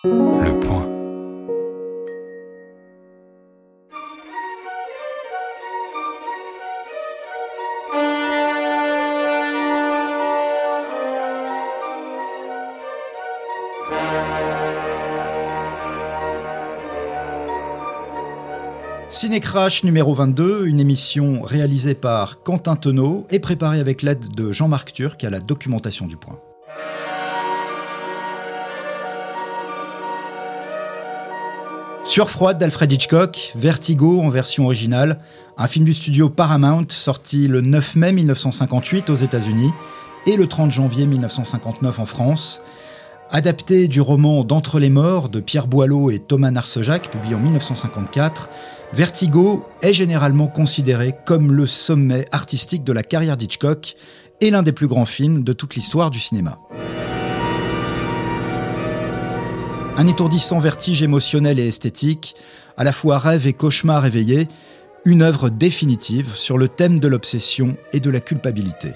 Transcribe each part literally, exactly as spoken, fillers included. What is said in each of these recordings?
Le Point. Ciné-Crash numéro vingt-deux, une émission réalisée par Quentin Tenot et préparée avec l'aide de Jean-Marc Turc à la documentation du Point. Sueur froide d'Alfred Hitchcock, Vertigo en version originale, un film du studio Paramount sorti le neuf mai mille neuf cent cinquante-huit aux États-Unis et le trente janvier mille neuf cent cinquante-neuf en France. Adapté du roman D'entre les morts de Pierre Boileau et Thomas Narcejac, publié en mille neuf cent cinquante-quatre, Vertigo est généralement considéré comme le sommet artistique de la carrière d'Hitchcock et l'un des plus grands films de toute l'histoire du cinéma. Un étourdissant vertige émotionnel et esthétique, à la fois rêve et cauchemar éveillé, une œuvre définitive sur le thème de l'obsession et de la culpabilité.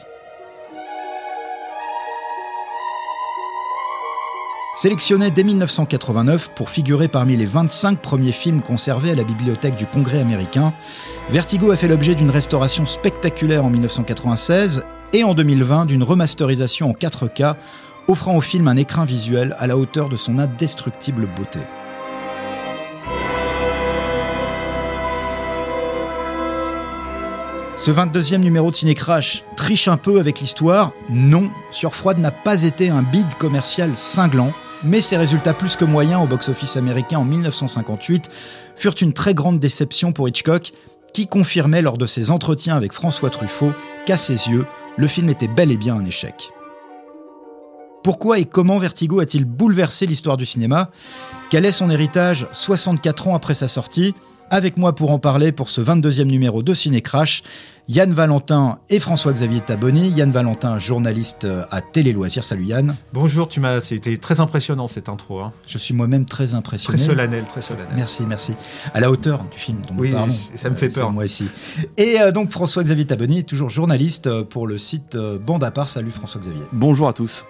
Sélectionné dès mille neuf cent quatre-vingt-neuf pour figurer parmi les vingt-cinq premiers films conservés à la bibliothèque du Congrès américain, Vertigo a fait l'objet d'une restauration spectaculaire en mille neuf cent quatre-vingt-seize et en deux mille vingt d'une remasterisation en quatre K, offrant au film un écrin visuel à la hauteur de son indestructible beauté. Ce vingt-deuxième numéro de Ciné-Crash triche un peu avec l'histoire. Non, Sueur froide n'a pas été un bide commercial cinglant, mais ses résultats plus que moyens au box-office américain en mille neuf cent cinquante-huit furent une très grande déception pour Hitchcock, qui confirmait lors de ses entretiens avec François Truffaut qu'à ses yeux, le film était bel et bien un échec. Pourquoi et comment Vertigo a-t-il bouleversé l'histoire du cinéma ? Quel est son héritage soixante-quatre ans après sa sortie ? Avec moi pour en parler pour ce vingt-deuxième numéro de Ciné-Crash, Yann Valentin et François-Xavier Taboni. Yann Valentin, journaliste à Télé Loisirs. Salut Yann. Bonjour, tu m'as, c'était très impressionnant cette intro. Hein. Je suis moi-même très impressionné. Très solennel, très solennel. Merci, merci. À la hauteur du film dont oui, nous parlons. Ça me fait euh, peur. Moi aussi. Et euh, donc François-Xavier Taboni, toujours journaliste pour le site euh, Bande à part. Salut François-Xavier. Bonjour à tous.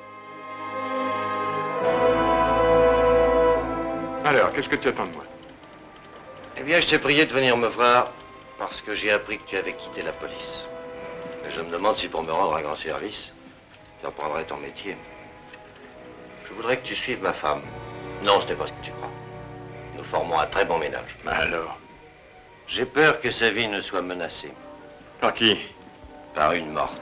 Alors, qu'est-ce que tu attends de moi ? Eh bien, je t'ai prié de venir me voir parce que j'ai appris que tu avais quitté la police. Et je me demande si pour me rendre un grand service, tu apprendrais ton métier. Je voudrais que tu suives ma femme. Non, ce n'est pas ce que tu crois. Nous formons un très bon ménage. Alors ? J'ai peur que sa vie ne soit menacée. Par qui ? Par une morte.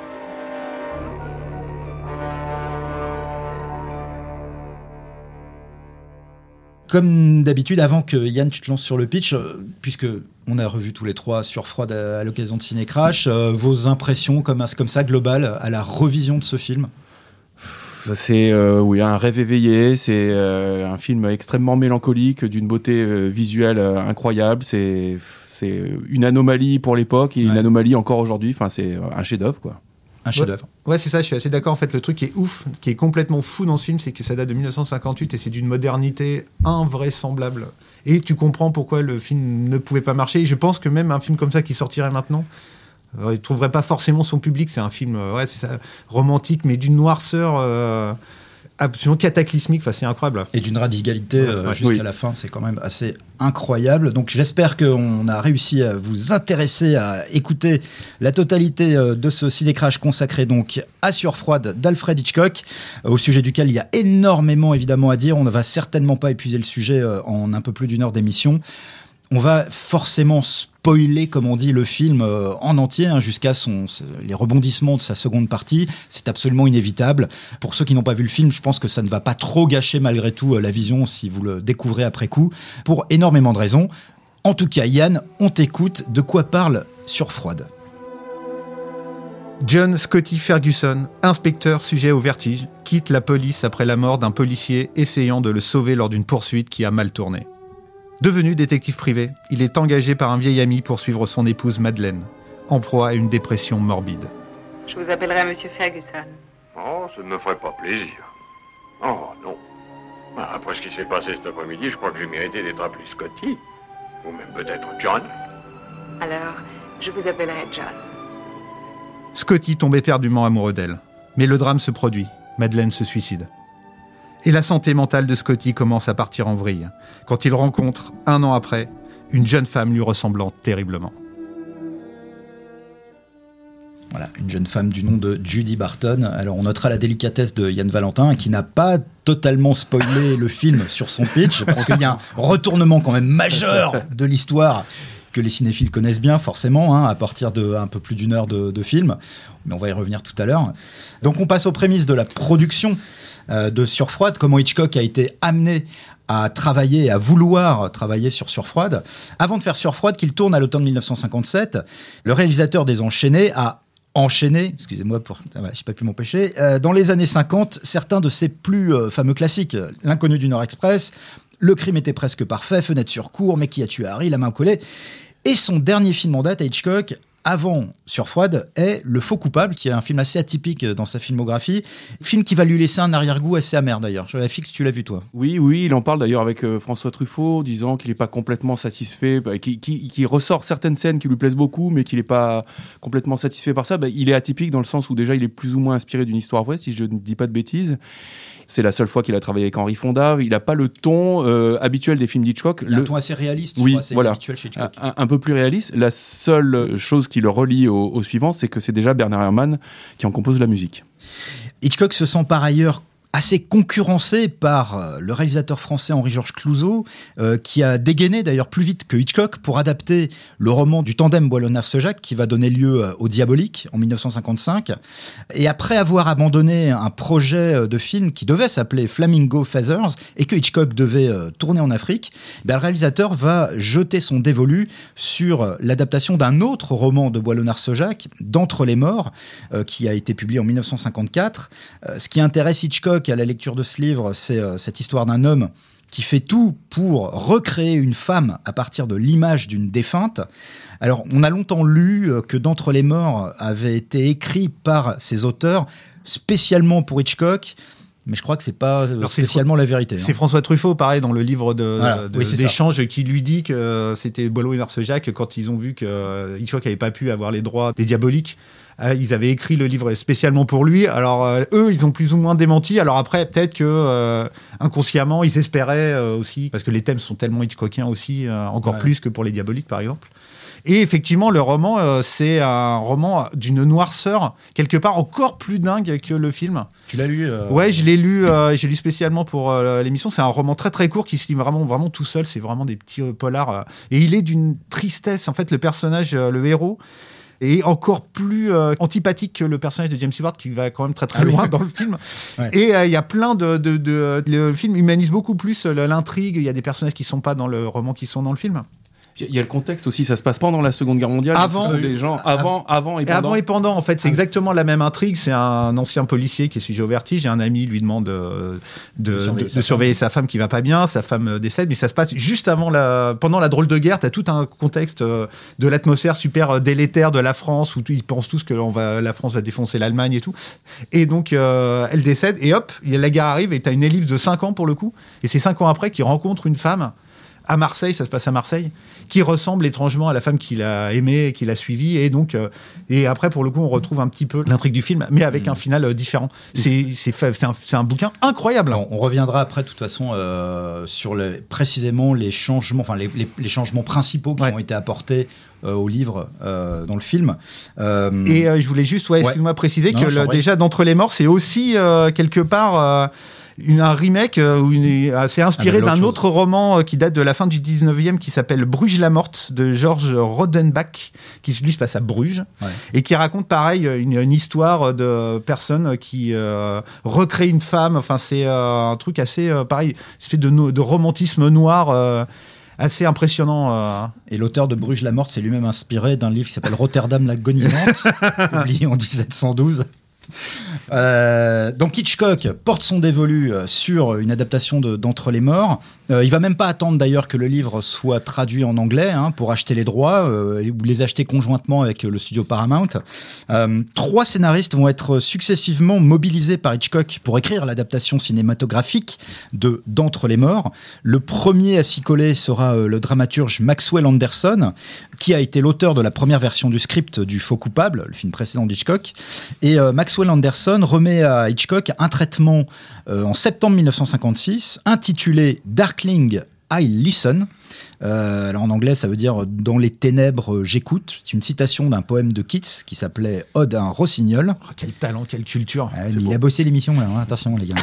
Comme d'habitude, avant que Yann, tu te lances sur le pitch, euh, puisque on a revu tous les trois Sueur froide à, à l'occasion de Ciné-Crash, euh, vos impressions comme, comme ça, globales, à la revision de ce film ? Ça, c'est euh, oui, un rêve éveillé, c'est euh, un film extrêmement mélancolique, d'une beauté euh, visuelle euh, incroyable, c'est, c'est une anomalie pour l'époque et ouais. Une anomalie encore aujourd'hui, enfin, c'est un chef-d'œuvre, quoi. Un chef-d'œuvre. Ouais, ouais, c'est ça, je suis assez d'accord. En fait, le truc qui est ouf, qui est complètement fou dans ce film, c'est que ça date de mille neuf cent cinquante-huit et c'est d'une modernité invraisemblable. Et tu comprends pourquoi le film ne pouvait pas marcher. Et je pense que même un film comme ça qui sortirait maintenant, euh, il ne trouverait pas forcément son public. C'est un film euh, ouais, c'est ça, romantique, mais d'une noirceur euh, absolument cataclysmique. Enfin, c'est incroyable. Et d'une radicalité euh, ouais, jusqu'à oui. la fin, c'est quand même assez incroyable. Donc j'espère qu'on a réussi à vous intéresser à écouter la totalité de ce Ciné-Crash consacré donc à Sueur froide d'Alfred Hitchcock, au sujet duquel il y a énormément évidemment à dire. On ne va certainement pas épuiser le sujet en un peu plus d'une heure d'émission. On va forcément spoiler, comme on dit, le film euh, en entier, hein, jusqu'à son, les rebondissements de sa seconde partie. C'est absolument inévitable. Pour ceux qui n'ont pas vu le film, je pense que ça ne va pas trop gâcher malgré tout euh, la vision si vous le découvrez après coup, pour énormément de raisons. En tout cas, Yann, on t'écoute. De quoi parle Sueur froide ? John Scotty Ferguson, inspecteur sujet au vertige, quitte la police après la mort d'un policier essayant de le sauver lors d'une poursuite qui a mal tourné. Devenu détective privé, il est engagé par un vieil ami pour suivre son épouse Madeleine, en proie à une dépression morbide. Je vous appellerai Monsieur Ferguson. Oh, ça ne me ferait pas plaisir. Oh, non. Après ce qui s'est passé cet après-midi, je crois que j'ai mérité d'être appelé Scotty. Ou même peut-être John. Alors, je vous appellerai John. Scotty tombe éperdument amoureux d'elle. Mais le drame se produit. Madeleine se suicide. Et la santé mentale de Scotty commence à partir en vrille, quand il rencontre, un an après, une jeune femme lui ressemblant terriblement. Voilà, une jeune femme du nom de Judy Barton. Alors, on notera la délicatesse de Yann Valentin, qui n'a pas totalement spoilé le film sur son pitch, parce qu'il y a un retournement quand même majeur de l'histoire que les cinéphiles connaissent bien, forcément, hein, à partir de un peu plus d'une heure de, de film. Mais on va y revenir tout à l'heure. Donc, on passe aux prémices de la production euh, de Surfroide, comment Hitchcock a été amené à travailler, à vouloir travailler sur Surfroide. Avant de faire Surfroide, qu'il tourne à l'automne dix-neuf cent cinquante-sept, le réalisateur des Enchaînés a enchaîné, excusez-moi, pour, ah bah, j'ai pas pu m'empêcher, euh, dans les années cinquante, certains de ses plus euh, fameux classiques. L'Inconnu du Nord Express, Le crime était presque parfait, Fenêtre sur cour, Mais qui a tué Harry, La main collée. Et son dernier film en date à Hitchcock, avant Surfroide, est Le Faux coupable, qui est un film assez atypique dans sa filmographie. Film qui va lui laisser un arrière-goût assez amer d'ailleurs. Je vérifie que tu l'as vu toi. Oui, oui, il en parle d'ailleurs avec euh, François Truffaut, disant qu'il n'est pas complètement satisfait, bah, qui, qui, qui ressort certaines scènes qui lui plaisent beaucoup, mais qu'il n'est pas complètement satisfait par ça. Bah, il est atypique dans le sens où déjà il est plus ou moins inspiré d'une histoire vraie, si je ne dis pas de bêtises. C'est la seule fois qu'il a travaillé avec Henry Fonda. Il n'a pas le ton euh, habituel des films d'Hitchcock. Il a le... un ton assez réaliste, oui, je crois, c'est voilà. habituel chez Hitchcock. Un, un peu plus réaliste. La seule chose qui le relie au, au suivant, c'est que c'est déjà Bernard Herrmann qui en compose la musique. Hitchcock se sent par ailleurs assez concurrencé par le réalisateur français Henri-Georges Clouzot, euh, qui a dégainé d'ailleurs plus vite que Hitchcock pour adapter le roman du tandem Boileau-Narcejac qui va donner lieu au Diabolique en dix-neuf cent cinquante-cinq. Et après avoir abandonné un projet de film qui devait s'appeler Flamingo Feathers et que Hitchcock devait euh, tourner en Afrique, ben, le réalisateur va jeter son dévolu sur l'adaptation d'un autre roman de Boileau-Narcejac, D'entre les morts, euh, qui a été publié en dix-neuf cent cinquante-quatre. Euh, ce qui intéresse Hitchcock à la lecture de ce livre, c'est euh, cette histoire d'un homme qui fait tout pour recréer une femme à partir de l'image d'une défunte. Alors, on a longtemps lu euh, que D'entre les morts avait été écrit par ses auteurs spécialement pour Hitchcock, mais je crois que c'est pas euh, Alors, spécialement c'est, la vérité. C'est hein. François Truffaut, pareil, dans le livre de, voilà. de, oui, d'échange, qui lui dit que c'était Boileau et Narcejac quand ils ont vu que Hitchcock n'avait pas pu avoir les droits des Diaboliques. Euh, ils avaient écrit le livre spécialement pour lui. Alors euh, eux, ils ont plus ou moins démenti. Alors après, peut-être que euh, inconsciemment, ils espéraient euh, aussi, parce que les thèmes sont tellement Hitchcockiens aussi, euh, encore ouais. plus que pour les Diaboliques, par exemple. Et effectivement, le roman, euh, c'est un roman d'une noirceur quelque part encore plus dingue que le film. Tu l'as lu euh... Ouais, je l'ai lu. Euh, j'ai lu spécialement pour euh, l'émission. C'est un roman très très court qui se lit vraiment vraiment tout seul. C'est vraiment des petits euh, polars. Euh, et il est d'une tristesse. En fait, le personnage, euh, le héros, et encore plus euh, antipathique que le personnage de James Stewart qui va quand même très très ah, loin oui. dans le film. Ouais. Et il euh, y a plein de, de, de, de... Le film humanise beaucoup plus l'intrigue. Il y a des personnages qui ne sont pas dans le roman qui sont dans le film. Il y a le contexte aussi, ça se passe pendant la Seconde Guerre mondiale. Avant, les gens, avant, avant et pendant. Avant et pendant, en fait, c'est exactement la même intrigue. C'est un ancien policier qui est sujet au vertige. Et un ami lui demande de, de, de surveiller, de, sa, de surveiller sa femme qui va pas bien. Sa femme décède, mais ça se passe juste avant la, pendant la drôle de guerre. T'as tout un contexte de l'atmosphère super délétère de la France où ils pensent tous que on va, la France va défoncer l'Allemagne et tout. Et donc, euh, elle décède et hop, la guerre arrive et t'as une ellipse de cinq ans pour le coup. Et c'est cinq ans après qu'il rencontre une femme à Marseille, ça se passe à Marseille, qui ressemble étrangement à la femme qu'il a aimée, qu'il a suivie, et donc euh, et après pour le coup on retrouve un petit peu l'intrigue du film, mais avec mmh. un final euh, différent. C'est c'est c'est un, c'est un bouquin incroyable. Alors, on reviendra après de toute façon euh, sur les, précisément les changements, enfin les, les, les changements principaux qui ouais. ont été apportés euh, au livre euh, dans le film. Euh, et euh, je voulais juste, ouais, excuse-moi, ouais. préciser non, que le, déjà D'entre les morts, c'est aussi euh, quelque part. Euh, Une, un remake euh, où une, euh, c'est inspiré ah, d'un autre chose. roman euh, qui date de la fin du dix-neuvième qui s'appelle Bruges la morte de Georges Rodenbach qui lui se passe à Bruges ouais. et qui raconte pareil une, une histoire de personnes qui euh, recréent une femme. Enfin c'est euh, un truc assez euh, pareil, une espèce de, no- de romantisme noir euh, assez impressionnant. Euh. Et l'auteur de Bruges la morte s'est lui-même inspiré d'un livre qui s'appelle Rotterdam l'agonisante publié en dix-sept cent douze. Euh, donc Hitchcock porte son dévolu sur une adaptation de, d'Entre les morts. Euh, il va même pas attendre d'ailleurs que le livre soit traduit en anglais hein, pour acheter les droits euh, ou les acheter conjointement avec le studio Paramount. Euh, trois scénaristes vont être successivement mobilisés par Hitchcock pour écrire l'adaptation cinématographique de D'Entre les morts. Le premier à s'y coller sera euh, le dramaturge Maxwell Anderson, qui a été l'auteur de la première version du script du Faux coupable, le film précédent d'Hitchcock. Et euh, Maxwell Maxwell Anderson remet à Hitchcock un traitement euh, en septembre mille neuf cent cinquante-six intitulé Darkling, I Listen. Euh, alors en anglais, ça veut dire « Dans les ténèbres, j'écoute ». C'est une citation d'un poème de Keats qui s'appelait « Ode à un rossignol ». Oh, quel talent, quelle culture. Ah, il beau. a bossé l'émission, là, hein, attention les gars.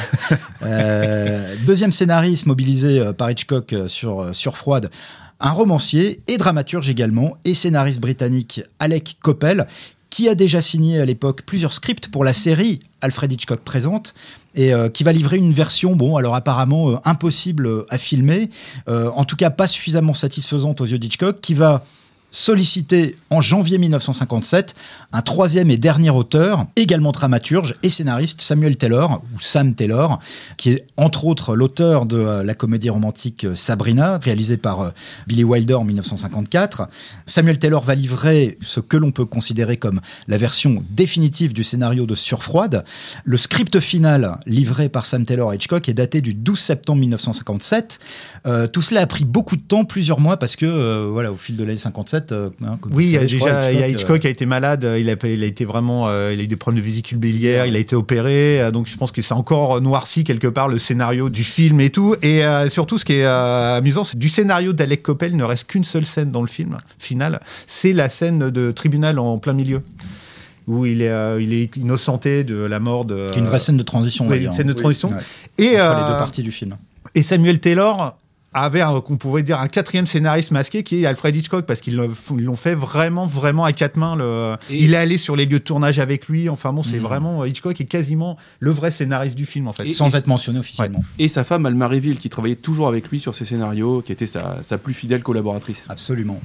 euh, deuxième scénariste mobilisé par Hitchcock sur, sur Froide, un romancier et dramaturge également, et scénariste britannique Alec Coppel, qui a déjà signé à l'époque plusieurs scripts pour la série Alfred Hitchcock présente, et euh, qui va livrer une version, bon, alors apparemment euh, impossible à filmer, euh, en tout cas pas suffisamment satisfaisante aux yeux d'Hitchcock, qui va solliciter en janvier mille neuf cent cinquante-sept un troisième et dernier auteur, également dramaturge et scénariste, Samuel Taylor, ou Sam Taylor, qui est entre autres l'auteur de euh, la comédie romantique Sabrina, réalisée par euh, Billy Wilder en mille neuf cent cinquante-quatre. Samuel Taylor va livrer ce que l'on peut considérer comme la version définitive du scénario de Sur Froide. Le script final livré par Sam Taylor à Hitchcock est daté du douze septembre mille neuf cent cinquante-sept. Euh, tout cela a pris beaucoup de temps, plusieurs mois, parce que euh, voilà, au fil de l'année cinquante-sept, Euh, hein, oui, savez, déjà, crois, Hitchcock, il y a Hitchcock euh... a été malade, il a, il a été vraiment, euh, il a eu des problèmes de vésicule biliaire, il a été opéré, euh, donc je pense que c'est encore noirci quelque part le scénario du film et tout. Et euh, surtout, ce qui est euh, amusant, c'est que du scénario d'Alec Coppel, il ne reste qu'une seule scène dans le film final, c'est la scène de tribunal en plein milieu, où il est, euh, il est innocenté de la mort de. Une vraie scène de transition. Oui, une scène de transition. Oui. Et entre euh, les deux parties du film. Et Samuel Taylor avait un, qu'on pourrait dire un quatrième scénariste masqué qui est Alfred Hitchcock, parce qu'ils l'ont fait vraiment vraiment à quatre mains. Le, il est allé sur les lieux de tournage avec lui. Enfin bon, c'est mmh. vraiment Hitchcock est quasiment le vrai scénariste du film en fait, et, sans et être mentionné officiellement. Ouais. Et sa femme Alma Reville, qui travaillait toujours avec lui sur ses scénarios, qui était sa, sa plus fidèle collaboratrice. Absolument.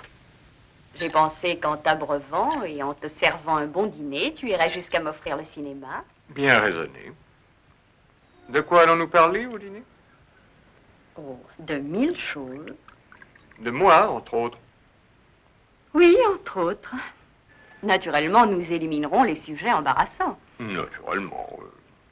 J'ai pensé qu'en t'abreuvant et en te servant un bon dîner, tu irais jusqu'à m'offrir le cinéma. Bien raisonné. De quoi allons-nous parler au dîner? Oh, de mille choses. De moi, entre autres. Oui, entre autres. Naturellement, nous éliminerons les sujets embarrassants. Naturellement. Euh...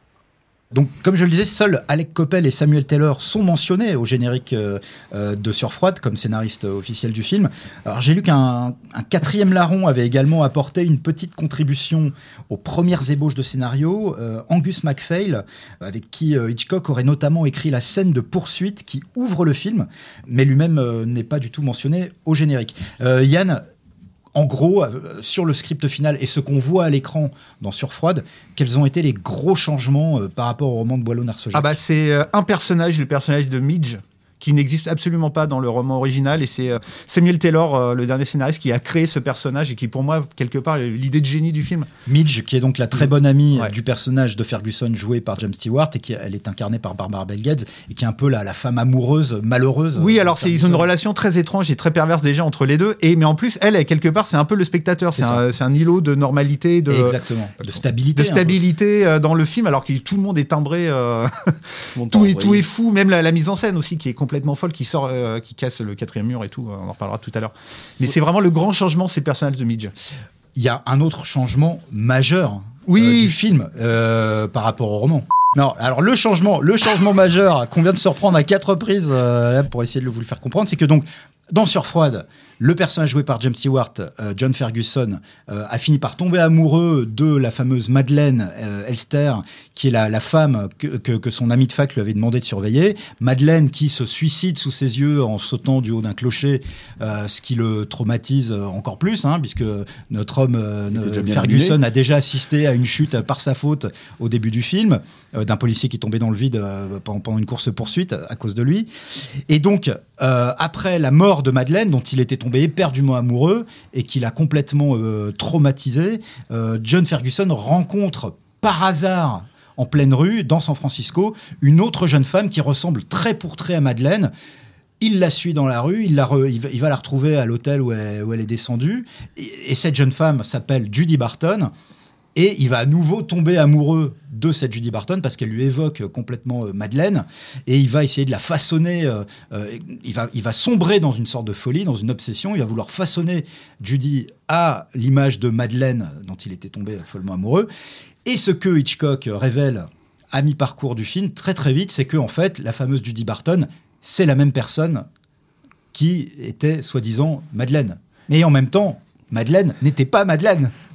Donc, comme je le disais, seuls Alec Coppel et Samuel Taylor sont mentionnés au générique euh, de Sur Froide comme scénariste officiel du film. Alors, j'ai lu qu'un un quatrième larron avait également apporté une petite contribution aux premières ébauches de scénario, euh, Angus MacPhail, avec qui euh, Hitchcock aurait notamment écrit la scène de poursuite qui ouvre le film, mais lui-même euh, n'est pas du tout mentionné au générique. Euh, Yann, en gros, euh, sur le script final et ce qu'on voit à l'écran dans Sur Froide, quels ont été les gros changements euh, par rapport au roman de Boileau-Narcejac? Ah bah c'est euh, un personnage, le personnage de Midge, qui n'existe absolument pas dans le roman original, et c'est euh, Samuel Taylor, euh, le dernier scénariste, qui a créé ce personnage et qui, pour moi, quelque part, est l'idée de génie du film. Midge, qui est donc la très bonne amie ouais. du personnage de Ferguson joué par James Stewart, et qui elle est incarnée par Barbara Bel Geddes, et qui est un peu la, la femme amoureuse, malheureuse. Oui, alors c'est, ils ont une relation très étrange et très perverse déjà entre les deux, et mais en plus, elle, elle quelque part, c'est un peu le spectateur, c'est, c'est, un, c'est un îlot de normalité, de exactement, de stabilité, de stabilité dans le film, alors que tout le monde est timbré, euh, tout, est, tout est fou, même la, la mise en scène aussi, qui est complètement folle, qui sort Euh, qui casse le quatrième mur et tout, on en reparlera tout à l'heure. Mais oui. C'est vraiment le grand changement, ces personnages de Midge. Il y a un autre changement majeur oui. euh, du film euh, par rapport au roman. Non, alors le changement, le changement majeur qu'on vient de se reprendre à quatre reprises euh, pour essayer de vous le faire comprendre, c'est que donc dans Sur Froide, le personnage joué par James Stewart, euh, John Ferguson, euh, a fini par tomber amoureux de la fameuse Madeleine euh, Elster, qui est la, la femme que, que, que son ami de fac lui avait demandé de surveiller. Madeleine qui se suicide sous ses yeux en sautant du haut d'un clocher, euh, ce qui le traumatise encore plus, hein, puisque notre homme euh, ne, Ferguson abîmé. a déjà assisté à une chute par sa faute au début du film, euh, d'un policier qui tombait dans le vide euh, pendant, pendant une course-poursuite à cause de lui. Et donc, euh, après la mort de Madeleine, dont il était tombé éperdument amoureux et qui l'a complètement euh, traumatisé, euh, John Ferguson rencontre par hasard en pleine rue, dans San Francisco, une autre jeune femme qui ressemble trait pour trait à Madeleine. Il la suit dans la rue, il, la re, il, va, il va la retrouver à l'hôtel où elle, où elle est descendue, et, et cette jeune femme s'appelle Judy Barton. Et il va à nouveau tomber amoureux de cette Judy Barton parce qu'elle lui évoque complètement euh, Madeleine. Et il va essayer de la façonner. Euh, euh, il, va, il va sombrer dans une sorte de folie, dans une obsession. Il va vouloir façonner Judy à l'image de Madeleine dont il était tombé follement amoureux. Et ce que Hitchcock révèle à mi-parcours du film, très très vite, c'est que en fait, la fameuse Judy Barton, c'est la même personne qui était soi-disant Madeleine. Mais en même temps, Madeleine n'était pas Madeleine.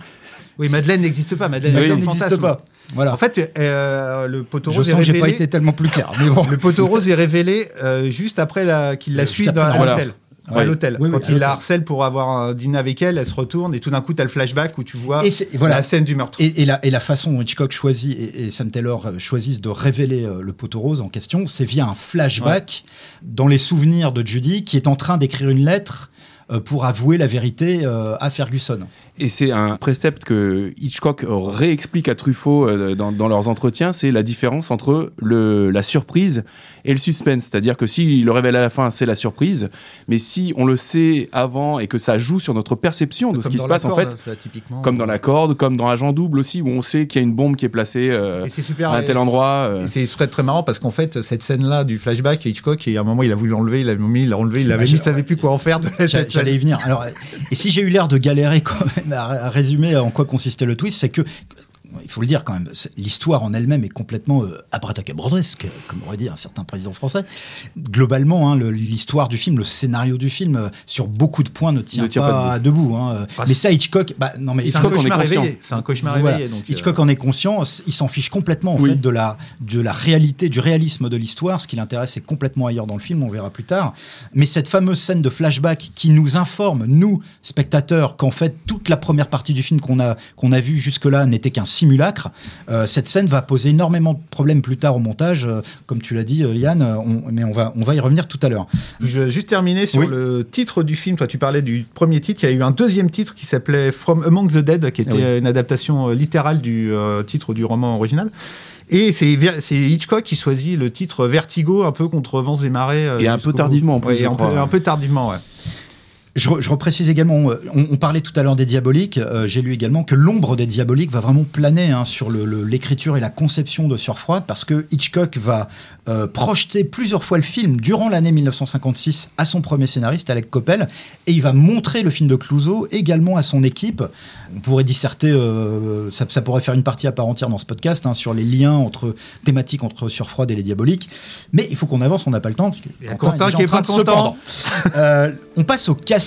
Oui, Madeleine n'existe pas. Madeleine, Madeleine est un n'existe fantasme. pas. Voilà. En fait, euh, le poteau Je rose sens est que j'ai révélé. pas été tellement plus clair, mais bon. Le poteau rose est révélé euh, juste après la, qu'il la Euh, suit juste dans, après, à voilà. l'hôtel. Ouais. À l'hôtel. Oui, oui, Quand à il la l'hôtel. harcèle pour avoir un dîner avec elle, elle se retourne et tout d'un coup, tu as le flashback où tu vois Et c'est- voilà. la scène du meurtre. Et, et, la, et la façon dont Hitchcock choisit et, et Sam Taylor euh, choisissent de révéler euh, le poteau rose en question, c'est via un flashback dans les souvenirs de Judy qui est en train d'écrire une lettre euh, pour avouer la vérité euh, à Ferguson. Et c'est un précepte que Hitchcock réexplique à Truffaut euh, dans, dans leurs entretiens, c'est la différence entre le, la surprise et le suspense. C'est-à-dire que s'il le révèle à la fin, c'est la surprise, mais si on le sait avant et que ça joue sur notre perception de Comme euh, ce qui dans se La passe, en Corde, fait, là, typiquement. comme dans La Corde, comme dans Agent Double aussi, où on sait qu'il y a une bombe qui est placée euh, Et c'est super. à un tel et- endroit. euh. et c'est très, très marrant parce qu'en fait, cette scène-là du flashback, Hitchcock, et à un moment, il a voulu l'enlever, il l'a mis, il l'a enlevé, il l'avait Bah, mis, il je- savait plus quoi en faire de J'a- cette J'allais y scène. venir. Alors, et si j'ai eu l'air de galérer quand même à, à résumer en quoi consistait le twist, c'est que, il faut le dire quand même, c'est- l'histoire en elle-même est complètement euh, abracadabradesque, comme aurait dit un certain président français. Globalement, hein, le- l'histoire du film, le scénario du film, euh, sur beaucoup de points ne tient, Ne tient pas, pas debout. hein. Ah, mais c'est- ça, Hitchcock, bah, non mais C'est un Hitchcock en est cauchemar conscient. réveillé. C'est un cauchemar Voilà. réveillé. Donc, Hitchcock euh, en est conscient, il s'en fiche complètement en Oui. fait de la, de la réalité, du réalisme de l'histoire. Ce qui l'intéresse est complètement ailleurs dans le film, on verra plus tard. Mais cette fameuse scène de flashback qui nous informe, nous, spectateurs, qu'en fait toute la première partie du film qu'on a, qu'on a vue jusque-là n'était qu'un simulacre, euh, cette scène va poser énormément de problèmes plus tard au montage, euh, comme tu l'as dit euh, Yann, euh, on, mais on va, on va y revenir tout à l'heure. Je vais juste terminer sur Oui. le titre du film. Toi, tu parlais du premier titre. Il y a eu un deuxième titre qui s'appelait From Among the Dead, qui était Ah oui. une adaptation euh, littérale du euh, titre du roman original. Et c'est Ver- c'est Hitchcock qui choisit le titre Vertigo, un peu contre vents et marées. euh, Et un jusqu'au peu tardivement, en plus, Ouais, je et un, peu, crois. un peu tardivement, ouais. Je, re- je reprécise également, on, on parlait tout à l'heure des Diaboliques, euh, j'ai lu également que l'ombre des Diaboliques va vraiment planer hein, sur le- le- l'écriture et la conception de Sueur froide, parce que Hitchcock va euh, projeter plusieurs fois le film durant l'année mille neuf cent cinquante-six à son premier scénariste, Alec Coppel, et il va montrer le film de Clouseau également à son équipe. On pourrait disserter, euh, ça, ça pourrait faire une partie à part entière dans ce podcast, hein, sur les liens entre, thématiques entre Sueur froide et les Diaboliques, mais il faut qu'on avance, on n'a pas le temps, parce que Il y a Quentin Quentin déjà qui en est train pas de se content. pendre. Euh, on passe au casting.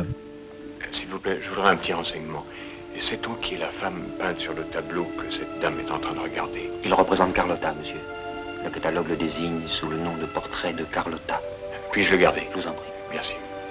S'il vous plaît, je voudrais un petit renseignement. Et sait-on qui est la femme peinte sur le tableau que cette dame est en train de regarder? Il représente Carlotta, monsieur. Le catalogue le désigne sous le nom de portrait de Carlotta. Puis-je le garder? Je vous en prie. Merci.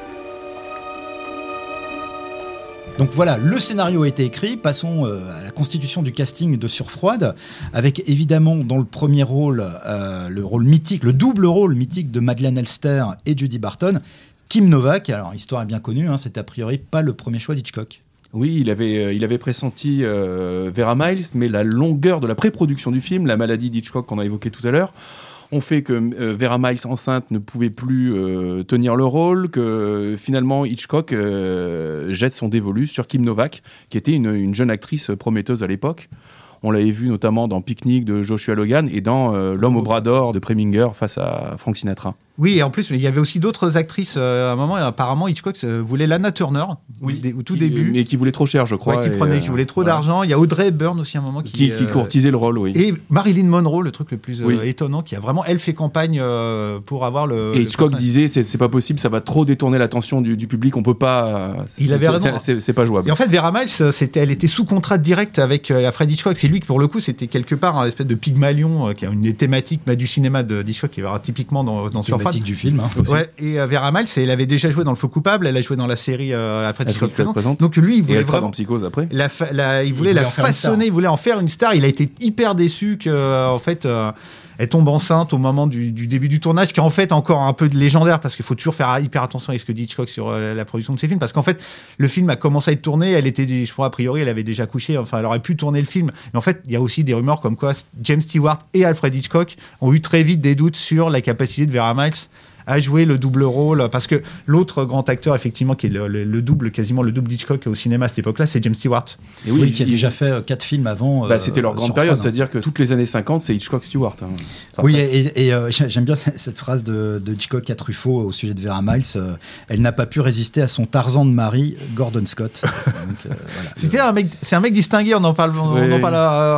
Donc voilà, le scénario a été écrit. Passons euh, à la constitution du casting de Sueur froide, avec évidemment dans le premier rôle, euh, le rôle mythique, le double rôle mythique de Madeleine Elster et Judy Barton. Kim Novak, alors histoire est bien connue, hein, c'était a priori pas le premier choix d'Hitchcock. Oui, il avait, euh, il avait pressenti euh, Vera Miles, mais la longueur de la pré-production du film, la maladie d'Hitchcock qu'on a évoquée tout à l'heure, ont fait que euh, Vera Miles enceinte ne pouvait plus euh, tenir le rôle, que euh, finalement Hitchcock euh, jette son dévolu sur Kim Novak, qui était une, une jeune actrice prometteuse à l'époque. On l'avait vu notamment dans Picnic de Joshua Logan et dans euh, L'homme au bras d'or de Preminger face à Frank Sinatra. Oui, et en plus, il y avait aussi d'autres actrices. euh, à un moment, apparemment, Hitchcock euh, voulait Lana Turner dé- au tout Qui- début. Mais qui voulait trop cher, je crois. Ouais, qui, et, prenait, euh, qui voulait trop voilà. d'argent. Il y a Audrey Hepburn aussi à un moment qui, Qui, qui euh, courtisait le rôle, oui. Et Marilyn Monroe, le truc le plus euh, Oui. étonnant, qui a vraiment, elle, fait campagne euh, pour avoir le. Et le Hitchcock personnage. disait c'est, c'est pas possible, ça va trop détourner l'attention du, du public, on peut pas. euh, Il c'est, avait c'est- raison. c'est, c'est, c'est pas jouable. Et en fait, Vera Miles, c'était, elle était sous contrat direct avec euh, Alfred Hitchcock. C'est lui qui, pour le coup, c'était quelque part un espèce de Pygmalion, euh, qui a une des thématiques bah, du cinéma de d'Hitchcock, qui va typiquement dans, dans Sueur froide. Thématique du film. Hein. Ouais, et euh, Vera Miles, elle avait déjà joué dans Le Faux Coupable, elle a joué dans la série euh, Alfred Hitchcock Hitchcock présente. présente. Donc lui, il Et voulait elle sera vraiment. dans Psychose après. La fa- la- il voulait voulait la en faire une star. façonner, il voulait en faire une star. Il a été hyper déçu que, euh, en fait, euh, elle tombe enceinte au moment du, du début du tournage, ce qui est en fait encore un peu de légendaire parce qu'il faut toujours faire hyper attention à ce que dit Hitchcock sur euh, la production de ses films. Parce qu'en fait, le film a commencé à être tourné, elle était, je crois, a priori, elle avait déjà couché, enfin, elle aurait pu tourner le film. Mais en fait, il y a aussi des rumeurs comme quoi James Stewart et Alfred Hitchcock ont eu très vite des doutes sur la capacité de Vera Miles à jouer le double rôle, parce que l'autre grand acteur, effectivement, qui est le, le- le double, quasiment le double d'Hitchcock au cinéma à cette époque-là, c'est James Stewart. Et Oui, oui, qui a il- déjà fait euh, quatre films avant. bah, euh, c'était leur grande Sueur période, froide, hein. c'est-à-dire que toutes les années cinquante, c'est Hitchcock Stewart. hein. Enfin, Oui, presque. et, et, euh, j'ai- j'aime bien cette cette phrase de, de Hitchcock à Truffaut au sujet de Vera Miles. euh, elle n'a pas pu résister à son Tarzan de mari, Gordon Scott. Donc, euh, voilà. C'était un mec, c'est un mec distingué, on en parle, on Oui. en parle euh,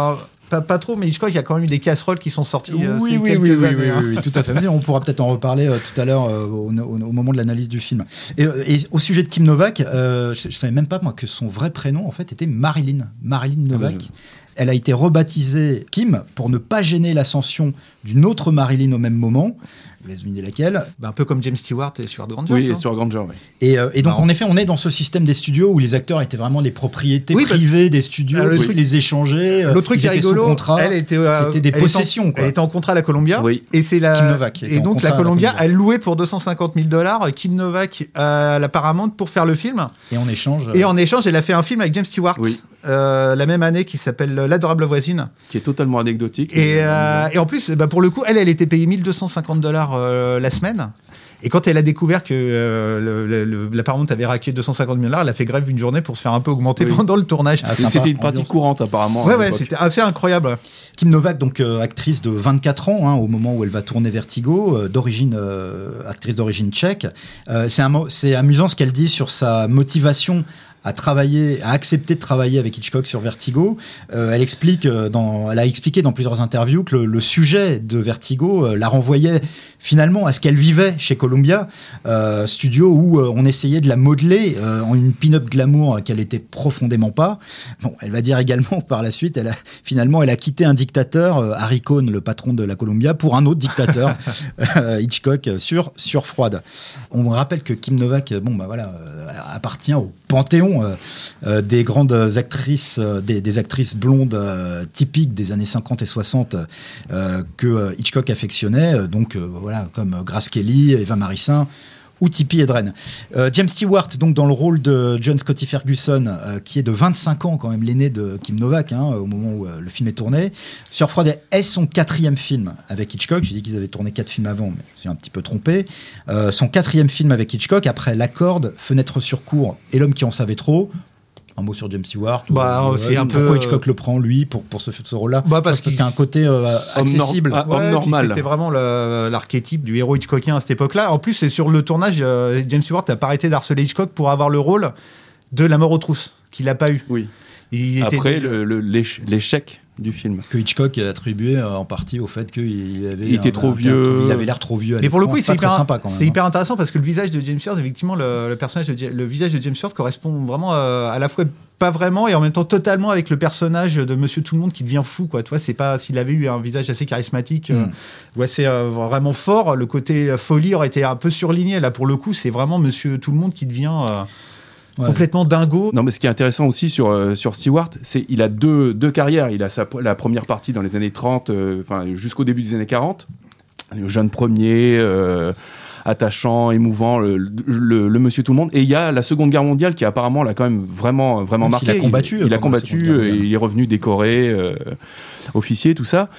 Pas, pas trop, mais Hitchcock, il y a quand même eu des casseroles qui sont sorties oui, euh, oui, ces oui, quelques oui, années. oui, hein. oui, oui, tout à fait. Mais on pourra peut-être en reparler euh, tout à l'heure euh, au, au, au moment de l'analyse du film. Et, et au sujet de Kim Novak, euh, je ne savais même pas moi que son vrai prénom en fait était Marilyn. Marilyn Novak. Ah, je... Elle a été rebaptisée Kim pour ne pas gêner l'ascension d'une autre Marilyn au même moment. Vous laisse deviner laquelle. Bah, un peu comme James Stewart et Stuart Granger. Oui, et hein. Stuart Granger, oui. Et, euh, et donc, Marrant. en effet, on est dans ce système des studios où les acteurs étaient vraiment les propriétés oui, privées bah, des studios, euh, ils truc, les échangeaient. L'autre truc qui est rigolo, contrat, elle était, euh, c'était des elle possessions. Était en, quoi. elle était en contrat à la Columbia. Oui. Et, c'est la, Kim Novak et donc, la Columbia, la Columbia, elle louait pour deux cent cinquante mille dollars Kim Novak à la Paramount pour faire le film. Et en échange. Et en échange, elle a fait un film avec James Stewart. Oui. Euh, la même année qui s'appelle L'adorable voisine, qui est totalement anecdotique et, euh, et en plus bah, pour le coup elle elle était payée mille deux cent cinquante dollars euh, la semaine, et quand elle a découvert que euh, le, le, la Paramount avait raqué deux cent cinquante mille dollars, elle a fait grève une journée pour se faire un peu augmenter oui. pendant le tournage. Ah, c'était une pratique courante apparemment. Ouais ouais, c'était assez incroyable. Kim Novak, donc euh, actrice de vingt-quatre ans hein, au moment où elle va tourner Vertigo, euh, d'origine euh, actrice d'origine tchèque. Euh, c'est, un, c'est amusant ce qu'elle dit sur sa motivation à travailler, à accepter de travailler avec Hitchcock sur Vertigo. Euh, elle explique, dans, elle a expliqué dans plusieurs interviews que le, le sujet de Vertigo euh, la renvoyait finalement à ce qu'elle vivait chez Columbia, euh, studio où euh, on essayait de la modeler euh, en une pin-up glamour qu'elle était profondément pas. Bon, elle va dire également par la suite, elle a, finalement, elle a quitté un dictateur, euh, Harry Cohn, le patron de la Columbia, pour un autre dictateur, euh, Hitchcock, sur sur Froide. On me rappelle que Kim Novak, bon bah voilà, euh, appartient au panthéon Euh, euh, des grandes actrices, euh, des, des actrices blondes euh, typiques des années cinquante et soixante euh, que euh, Hitchcock affectionnait, euh, donc euh, voilà, comme Grace Kelly, Eva Marissin ou Tippi Hedren. Euh, James Stewart, donc dans le rôle de John Scotty Ferguson, euh, qui est de vingt-cinq ans quand même, l'aîné de Kim Novak, hein, au moment où euh, le film est tourné. Sur Froide est son quatrième film avec Hitchcock. J'ai dit qu'ils avaient tourné quatre films avant, mais je suis un petit peu trompé. Euh, son quatrième film avec Hitchcock, après La Corde, Fenêtre sur cour et L'homme qui en savait trop. Un mot sur James Stewart. Bah, ou, c'est euh, un pourquoi peu... Hitchcock le prend, lui, pour, pour ce, ce rôle-là bah, Parce, parce qu'il y a un côté euh, accessible. Homme, nor- ouais, homme normal. C'était vraiment le, l'archétype du héros hitchcockien à cette époque-là. En plus, c'est sur le tournage, euh, James Stewart n'a pas arrêté d'harceler Hitchcock pour avoir le rôle de La mort aux trousses, qu'il n'a pas eu. Oui. Il Après, était... le, le, l'échec du film. Que Hitchcock a attribué euh, en partie au fait qu'il avait il était un, trop un, vieux. Il avait l'air trop vieux. À Mais pour le coup, c'est c'est, hyper, sympa quand même, c'est hein. hyper intéressant parce que le visage de James Stewart, effectivement, le, le personnage de le visage de James Stewart correspond vraiment euh, à la fois pas vraiment et en même temps totalement avec le personnage de Monsieur Tout le Monde qui devient fou, quoi. Tu vois, c'est pas s'il avait eu un visage assez charismatique, mm. euh, ou assez euh, vraiment fort, le côté folie aurait été un peu surligné. Là, pour le coup, c'est vraiment Monsieur Tout le Monde qui devient euh, Ouais. complètement dingo. Non, mais ce qui est intéressant aussi sur, euh, sur Stewart, c'est qu'il a deux, deux carrières. Il a sa, la première partie dans les années trente, enfin euh, jusqu'au début des années quarante. Le jeune premier, euh, attachant, émouvant, le, le, le Monsieur Tout le Monde. Et il y a la Seconde Guerre mondiale qui apparemment l'a quand même vraiment, vraiment marqué. Il a combattu. Il, il a combattu, et il est revenu décoré, euh, officier, tout ça.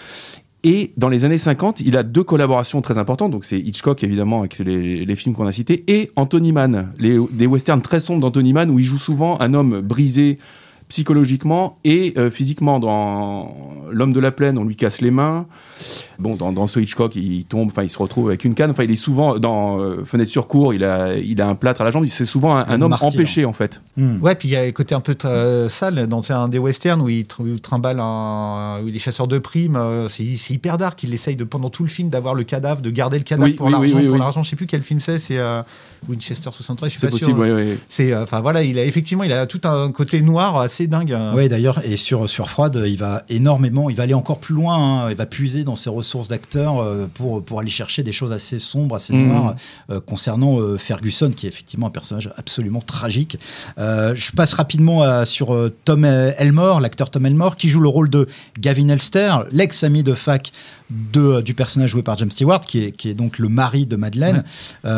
Et dans les années cinquante, il a deux collaborations très importantes. Donc c'est Hitchcock, évidemment, avec les, les films qu'on a cités, et Anthony Mann, les, des westerns très sombres d'Anthony Mann, où il joue souvent un homme brisé psychologiquement et euh, physiquement. Dans L'homme de la plaine, on lui casse les mains. Bon, dans, dans ce Hitchcock, il tombe, enfin, il se retrouve avec une canne. Enfin, il est souvent dans euh, Fenêtre sur cour. Il a, il a un plâtre à la jambe. C'est souvent un, un homme martyr. Empêché, en fait. Mmh. Ouais, puis il y a un côté un peu euh, sale dans un des westerns où il, tr- il trimballe un, où il est chasseur de primes. Euh, c'est, c'est hyper dark. Il essaye de pendant tout le film d'avoir le cadavre, de garder le cadavre oui, pour oui, l'argent. Oui, oui, pour oui. l'argent, je sais plus quel film c'est. C'est euh, Winchester soixante-treize. Je suis c'est pas possible. sûr. Oui, oui. C'est, enfin euh, voilà, il a effectivement, il a tout un côté noir assez dingue. Oui, d'ailleurs, et sur sur Froide, il va énormément, il va aller encore plus loin. Hein, il va puiser dans ses ressources d'acteur euh, pour pour aller chercher des choses assez sombres, assez mmh. noires euh, concernant euh, Ferguson, qui est effectivement un personnage absolument tragique. Euh, je passe rapidement à, sur euh, Tom Elmore, l'acteur Tom Elmore, qui joue le rôle de Gavin Elster, l'ex-ami de fac de, du personnage joué par James Stewart, qui est, qui est donc le mari de Madeleine, ouais.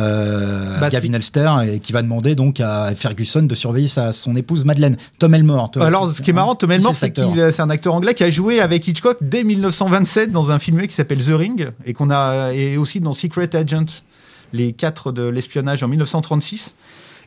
euh, bah, Gavin Elster, et qui va demander donc à Ferguson de surveiller sa, son épouse Madeleine. Tom Elmore. Toi, Alors, ce qui est marrant, Tom Elmore, c'est, c'est qu'il c'est un acteur anglais qui a joué avec Hitchcock dès dix-neuf cent vingt-sept dans un film qui s'appelle The Ring, et qu'on a et aussi dans Secret Agent, les quatre de l'espionnage en dix-neuf cent trente-six.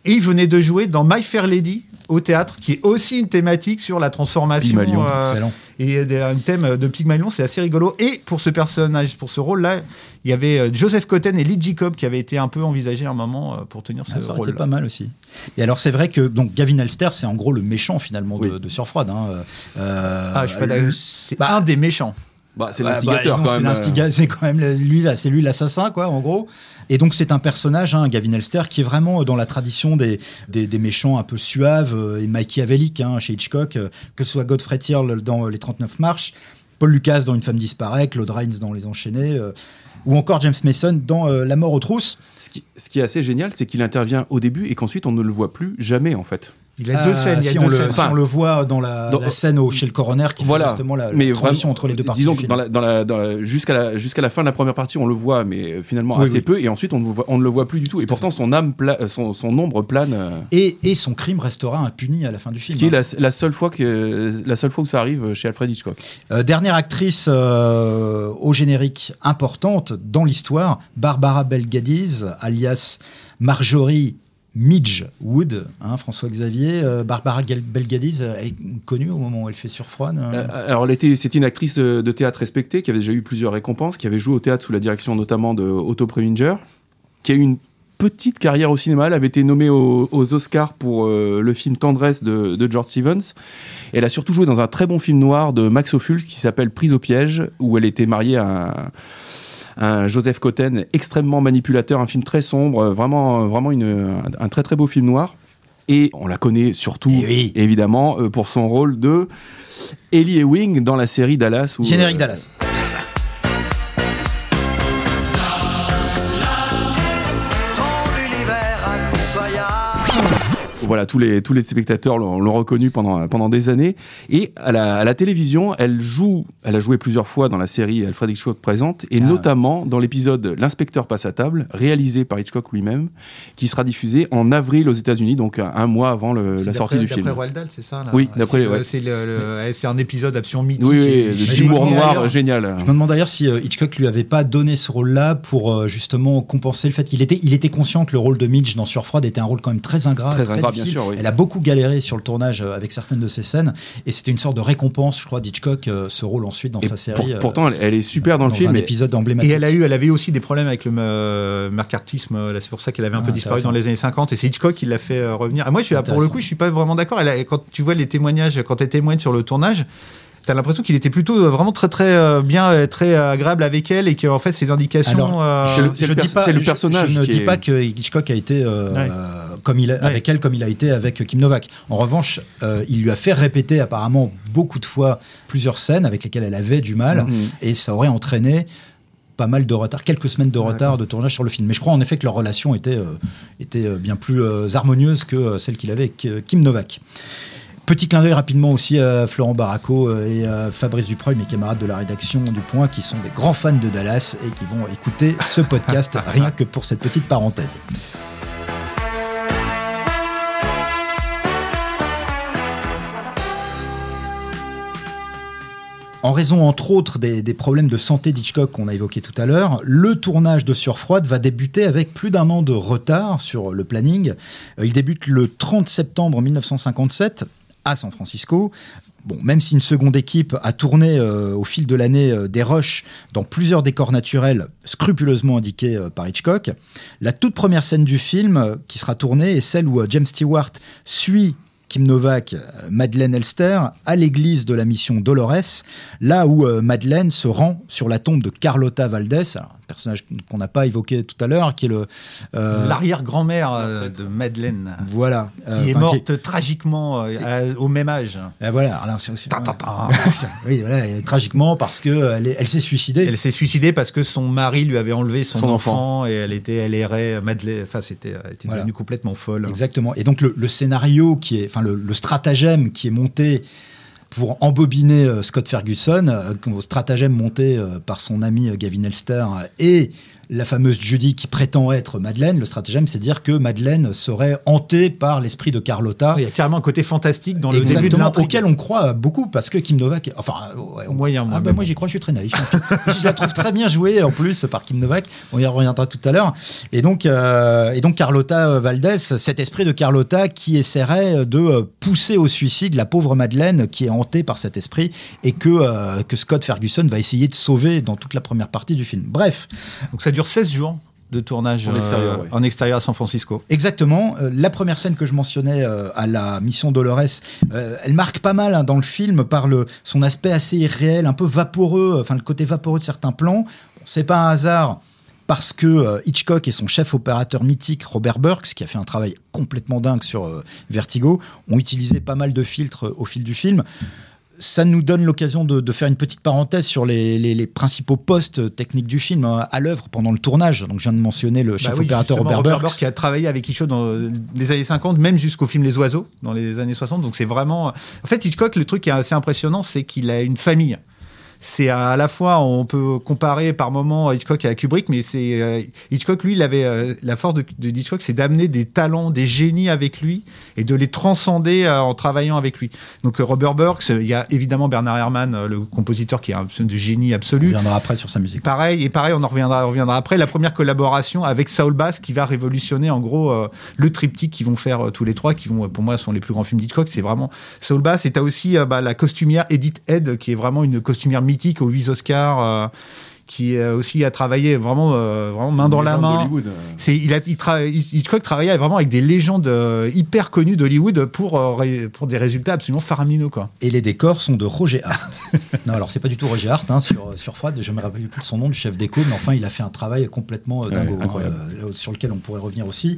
Et il venait de jouer dans My Fair Lady au théâtre, qui est aussi une thématique sur la transformation. Pygmalion, euh, excellent. Et un thème de Pygmalion, c'est assez rigolo. Et pour ce personnage, pour ce rôle-là, il y avait Joseph Cotten et Lee Jacob qui avaient été un peu envisagés à un moment pour tenir ce ah, ça aurait rôle. été pas mal aussi. Et alors c'est vrai que donc Gavin Elster, c'est en gros le méchant finalement oui. de, de Surfroide. Hein. Euh, ah, je suis pas d'accord. C'est bah, un des méchants. Bah, c'est bah, l'instigateur bah, quand c'est même. L'instiga- c'est quand même lui là, c'est lui l'assassin quoi en gros. Et donc c'est un personnage, hein, Gavin Elster, qui est vraiment dans la tradition des, des, des méchants un peu suaves euh, et machiavéliques hein, chez Hitchcock, euh, que ce soit Godfrey Thirl dans Les trente-neuf marches, Paul Lucas dans Une femme disparaît, Claude Rains dans Les Enchaînés, euh, ou encore James Mason dans euh, La mort aux trousses. Ce qui, ce qui est assez génial, c'est qu'il intervient au début et qu'ensuite on ne le voit plus jamais en fait. Il a deux euh, scènes. Il y a si, deux on le, scènes. si on le voit dans la, dans, la scène au, chez le coroner qui voilà, fait justement la, mais la transition vraiment, entre les deux parties. Disons du que film. dans la, dans la, dans la, jusqu'à, la, jusqu'à la fin de la première partie, on le voit, mais finalement oui, assez oui. peu, et ensuite on ne, voit, on ne le voit plus du tout. Et pourtant son âme, pla, son, son ombre plane. Euh... Et, et son crime restera impuni à la fin du film. Ce qui est hein. la, la seule fois que la seule fois où ça arrive chez Alfred Hitchcock. Euh, dernière actrice euh, au générique importante dans l'histoire, Barbara Bel Geddes, alias Marjorie Midge Wood, hein, François Xavier. Euh, Barbara Bel Geddes, elle est connue au moment où elle fait Surfroide. Euh... Euh, alors, elle était, c'était une actrice de théâtre respectée qui avait déjà eu plusieurs récompenses, qui avait joué au théâtre sous la direction notamment de Otto Preminger, qui a eu une petite carrière au cinéma. Elle avait été nommée aux, aux Oscars pour euh, le film Tendresse de, de George Stevens. Et elle a surtout joué dans un très bon film noir de Max Ophuls qui s'appelle Prise au piège, où elle était mariée à un, un Joseph Cotten extrêmement manipulateur, un film très sombre, vraiment, vraiment une, un, un très très beau film noir. Et on la connaît surtout, oui. évidemment, euh, pour son rôle de Ellie Ewing dans la série Dallas. Où, Générique euh, Dallas. Voilà, tous les, tous les spectateurs l'ont, l'ont reconnue pendant, pendant des années. Et à la, à la télévision, elle joue, elle a joué plusieurs fois dans la série Alfred Hitchcock présente, et ah. notamment dans l'épisode L'inspecteur passe à table, réalisé par Hitchcock lui-même, qui sera diffusé en avril aux États-Unis, donc un, un mois avant le, la sortie du film. D'après Roald Dahl, c'est ça là Oui, d'après. C'est, ouais. c'est, le, le, c'est un épisode absolument mythique. Oui, oui, et, d'humour noir, génial. Je me demande d'ailleurs si euh, Hitchcock lui avait pas donné ce rôle-là pour euh, justement compenser le fait qu'il était, il était conscient que le rôle de Midge dans Surfroide était un rôle quand même très ingrat. Très, très ingrat, difficile. bien sûr. Oui. Elle a beaucoup galéré sur le tournage avec certaines de ses scènes, et c'était une sorte de récompense, je crois, d'Hitchcock, euh, ce rôle ensuite dans et sa série. Pour, euh, pourtant, elle, elle est super dans, dans le film. Un épisode emblématique. Et elle a eu, elle avait aussi des problèmes avec le euh, macartisme. Là, c'est pour ça qu'elle avait un ah, peu disparu dans les années cinquante. Et c'est Hitchcock qui l'a fait euh, revenir. Et moi, je suis, pour le coup, je suis pas vraiment d'accord. Elle a, quand tu vois les témoignages, quand elle témoigne sur le tournage, t'as l'impression qu'il était plutôt euh, vraiment très très euh, bien, euh, très agréable avec elle, et qu'en fait ses indications. Alors, euh, je, je, je dis pas, c'est le personnage. Je, je ne dis est... pas que Hitchcock a été euh, ouais. comme il a, ouais. avec elle comme il a été avec Kim Novak. En revanche, euh, il lui a fait répéter apparemment beaucoup de fois plusieurs scènes avec lesquelles elle avait du mal, mm-hmm. et ça aurait entraîné pas mal de retard, quelques semaines de retard ouais, de tournage sur le film. Mais je crois en effet que leur relation était, euh, était bien plus euh, harmonieuse que celle qu'il avait avec euh, Kim Novak. Petit clin d'œil rapidement aussi à Florent Baraco et à Fabrice Dupreuil, mes camarades de la rédaction du Point, qui sont des grands fans de Dallas et qui vont écouter ce podcast rien que pour cette petite parenthèse. En raison, entre autres, des, des problèmes de santé d'Hitchcock qu'on a évoqués tout à l'heure, le tournage de Surfroide va débuter avec plus d'un an de retard sur le planning. Il débute le trente septembre mille neuf cent cinquante-sept à San Francisco. Bon, même si une seconde équipe a tourné euh, au fil de l'année euh, des rushs dans plusieurs décors naturels scrupuleusement indiqués euh, par Hitchcock, la toute première scène du film euh, qui sera tournée est celle où euh, James Stewart suit Kim Novak, Madeleine Elster, à l'église de la mission Dolores, là où euh, Madeleine se rend sur la tombe de Carlota Valdés, alors, un personnage qu'on n'a pas évoqué tout à l'heure, qui est le... Euh, l'arrière-grand-mère euh, de Madeleine. Voilà. Euh, qui est morte qui est... tragiquement euh, à, au même âge. Et voilà. Alors, c'est aussi, oui, voilà, tragiquement parce qu'elle elle s'est suicidée. Elle s'est suicidée parce que son mari lui avait enlevé son, son enfant, enfant et elle, était, elle errait, Madeleine, enfin, c'était, elle était voilà. devenue complètement folle. Exactement. Et donc, le, le scénario qui est... Enfin, le, le stratagème qui est monté pour embobiner euh, Scott Ferguson, euh, stratagème monté euh, par son ami euh, Gavin Elster, euh, et la fameuse Judy qui prétend être Madeleine. Le stratagème, c'est dire que Madeleine serait hantée par l'esprit de Carlotta. Il y a carrément un côté fantastique dans le Exactement, début de l'intrigue. auquel on croit beaucoup parce que Kim Novak, enfin, ouais, on, moyen, moi, ah bah moi j'y crois, je suis très naïf. Je la trouve très bien jouée en plus par Kim Novak. On y reviendra tout à l'heure. Et donc, euh, et donc Carlotta Valdés, cet esprit de Carlotta qui essaierait de pousser au suicide la pauvre Madeleine qui est hantée par cet esprit et que euh, que Scott Ferguson va essayer de sauver dans toute la première partie du film. Bref. Donc ça dure seize jours de tournage en extérieur, euh, ouais. en extérieur à San Francisco. Exactement. Euh, la première scène que je mentionnais euh, à la Mission Dolores, euh, elle marque pas mal hein, dans le film par le, son aspect assez irréel, un peu vaporeux, enfin le côté vaporeux de certains plans. Bon, c'est pas un hasard parce que euh, Hitchcock et son chef opérateur mythique, Robert Burks, qui a fait un travail complètement dingue sur euh, Vertigo, ont utilisé pas mal de filtres euh, au fil du film. Ça nous donne l'occasion de, de faire une petite parenthèse sur les, les, les principaux postes techniques du film hein, à l'œuvre pendant le tournage. Donc, je viens de mentionner le chef bah oui, opérateur Robert, Robert Burks. Burks qui a travaillé avec Hitchcock dans les années cinquante, même jusqu'au film Les Oiseaux dans les années soixante. Donc c'est vraiment. En fait, Hitchcock, le truc qui est assez impressionnant, c'est qu'il a une famille. C'est à la fois, on peut comparer par moment Hitchcock à Kubrick, mais c'est euh, Hitchcock, lui, il avait euh, la force de, de Hitchcock, c'est d'amener des talents, des génies avec lui et de les transcender euh, en travaillant avec lui. Donc euh, Robert Burks, il y a évidemment Bernard Herrmann, euh, le compositeur qui est un de génie absolu. On reviendra après sur sa musique. Pareil et pareil, on en reviendra, on reviendra après. La première collaboration avec Saul Bass qui va révolutionner en gros euh, le triptyque qu'ils vont faire euh, tous les trois, qui vont pour moi sont les plus grands films d'Hitchcock. C'est vraiment Saul Bass. Et t'as aussi euh, bah, la costumière Edith Head qui est vraiment une costumière mythique aux huit Oscars, euh, qui euh, aussi a travaillé vraiment, euh, vraiment main dans la main. C'est, il a, il tra- Hitchcock travaillait vraiment avec des légendes euh, hyper connues d'Hollywood pour, euh, ré- pour des résultats absolument faramineux, quoi. Et les décors sont de Roger Hart. Non, alors c'est pas du tout Roger Hart hein, sur, sur Froide, je me rappelle plus de son nom, du chef déco, mais enfin il a fait un travail complètement euh, dingo, ouais, incroyable. hein, euh, sur lequel on pourrait revenir aussi.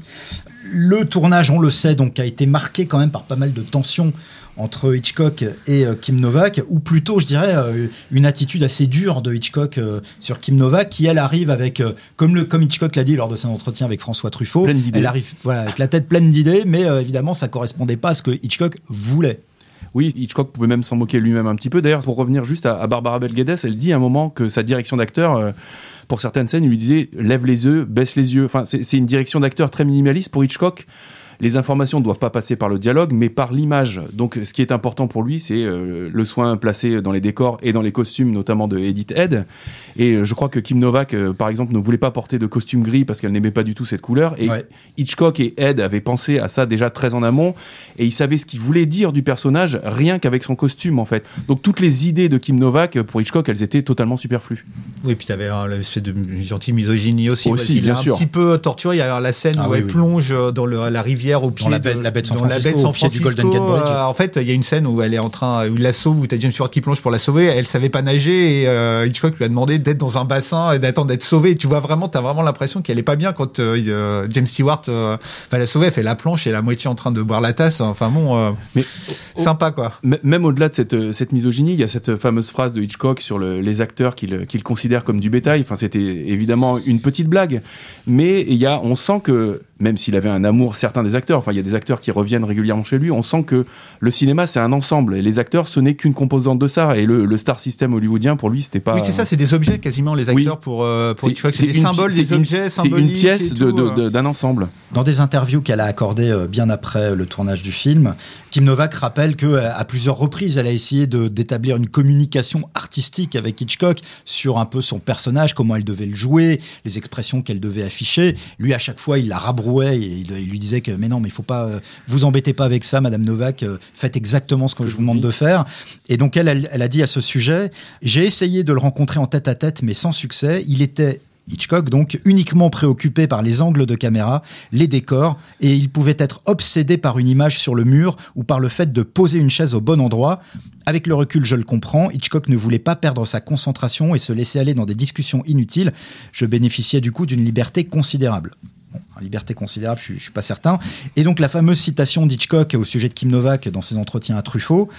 Le tournage, on le sait, donc a été marqué quand même par pas mal de tensions entre Hitchcock et euh, Kim Novak, ou plutôt, je dirais, euh, une attitude assez dure de Hitchcock euh, sur Kim Novak, qui elle arrive avec, euh, comme, le, comme Hitchcock l'a dit lors de son entretien avec François Truffaut, elle arrive voilà, avec la tête pleine d'idées, mais euh, évidemment, ça correspondait pas à ce que Hitchcock voulait. Oui, Hitchcock pouvait même s'en moquer lui-même un petit peu. D'ailleurs, pour revenir juste à, à Barbara Bel Geddes, elle dit à un moment que sa direction d'acteur, euh, pour certaines scènes, il lui disait « lève les yeux, baisse les yeux ». Enfin, c'est, c'est une direction d'acteur très minimaliste. Pour Hitchcock, les informations ne doivent pas passer par le dialogue, mais par l'image. Donc, ce qui est important pour lui, c'est euh, le soin placé dans les décors et dans les costumes, notamment de Edith Head. Et je crois que Kim Novak, euh, par exemple, ne voulait pas porter de costume gris parce qu'elle n'aimait pas du tout cette couleur. Et ouais. Hitchcock et Head avaient pensé à ça déjà très en amont. Et ils savaient ce qu'il voulait dire du personnage rien qu'avec son costume, en fait. Donc, toutes les idées de Kim Novak, pour Hitchcock, elles étaient totalement superflues. Oui, puis tu avais hein, l'espèce de gentille misogynie aussi. Aussi, bien il est sûr. Un petit peu torturé. Il y a la scène ah, où oui, elle oui. plonge dans le, la rivière au pied dans la baie, de la baie de San dans Francisco, la baie de San au pied du Francisco. Golden Gate Bridge. Euh, en fait, il y a une scène où elle est en train, où il la sauve, où tu as James Stewart qui plonge pour la sauver. Elle savait pas nager et euh, Hitchcock lui a demandé d'être dans un bassin et d'attendre d'être sauvée. Et tu vois vraiment, tu as vraiment l'impression qu'elle est pas bien quand euh, James Stewart euh, va la sauver. Elle fait la planche et elle est à moitié en train de boire la tasse. Enfin bon, euh, mais sympa quoi. Même au-delà de cette, cette misogynie, il y a cette fameuse phrase de Hitchcock sur le, les acteurs qu'il, qu'il considère comme du bétail. Enfin, c'était évidemment une petite blague, mais il y a, on sent que même s'il avait un amour certain des acteurs, enfin il y a des acteurs qui reviennent régulièrement chez lui, on sent que le cinéma c'est un ensemble et les acteurs ce n'est qu'une composante de ça et le, le star system hollywoodien pour lui c'était pas. Oui c'est ça, c'est des objets quasiment les acteurs oui. pour euh, pour Hitchcock, c'est, c'est des symboles, des une, objets symboliques. C'est une pièce de, de, de, d'un ensemble. Dans des interviews qu'elle a accordées bien après le tournage du film, Kim Novak rappelle que à plusieurs reprises elle a essayé de, d'établir une communication artistique avec Hitchcock sur un peu son personnage, comment elle devait le jouer, les expressions qu'elle devait afficher. Lui à chaque fois il la rabrouait et il, il lui disait que mais non mais il faut pas euh, vous embêtez pas avec ça Madame Novak, euh, faites exactement ce que je vous demande de faire. Et donc elle, elle elle a dit à ce sujet, j'ai essayé de le rencontrer en tête à tête mais sans succès. Il était Hitchcock, donc, uniquement préoccupé par les angles de caméra, les décors, et il pouvait être obsédé par une image sur le mur ou par le fait de poser une chaise au bon endroit. Avec le recul, je le comprends, Hitchcock ne voulait pas perdre sa concentration et se laisser aller dans des discussions inutiles. Je bénéficiais du coup d'une liberté considérable. Bon, liberté considérable, je ne suis pas certain. Et donc, la fameuse citation d'Hitchcock au sujet de Kim Novak dans ses entretiens à Truffaut,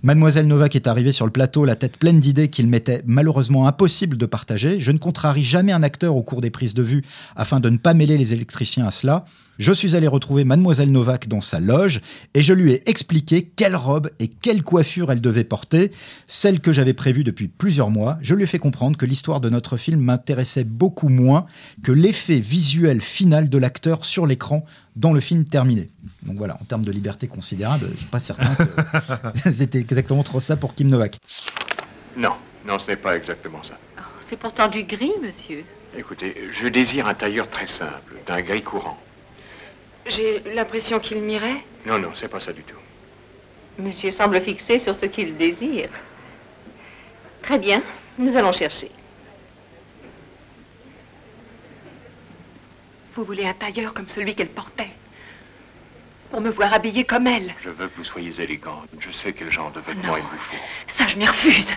Mademoiselle Novak est arrivée sur le plateau, la tête pleine d'idées qu'il m'était malheureusement impossible de partager. Je ne contrarie jamais un acteur au cours des prises de vue afin de ne pas mêler les électriciens à cela. Je suis allé retrouver Mademoiselle Novak dans sa loge et je lui ai expliqué quelle robe et quelle coiffure elle devait porter, celle que j'avais prévue depuis plusieurs mois. Je lui ai fait comprendre que l'histoire de notre film m'intéressait beaucoup moins que l'effet visuel final de l'acteur sur l'écran dans le film terminé. Donc voilà, en termes de liberté considérable, je ne suis pas certain que c'était exactement trop ça pour Kim Novak. Non, non, ce n'est pas exactement ça. Oh, c'est pourtant du gris, monsieur. Écoutez, je désire un tailleur très simple, d'un gris courant. J'ai l'impression qu'il m'irait. Non, non, c'est pas ça du tout. Monsieur semble fixé sur ce qu'il désire. Très bien, nous allons chercher. Vous voulez un tailleur comme celui qu'elle portait, pour me voir habillée comme elle. Je veux que vous soyez élégante. Je sais quel genre de vêtements il vous faut. Ça, je m'y refuse.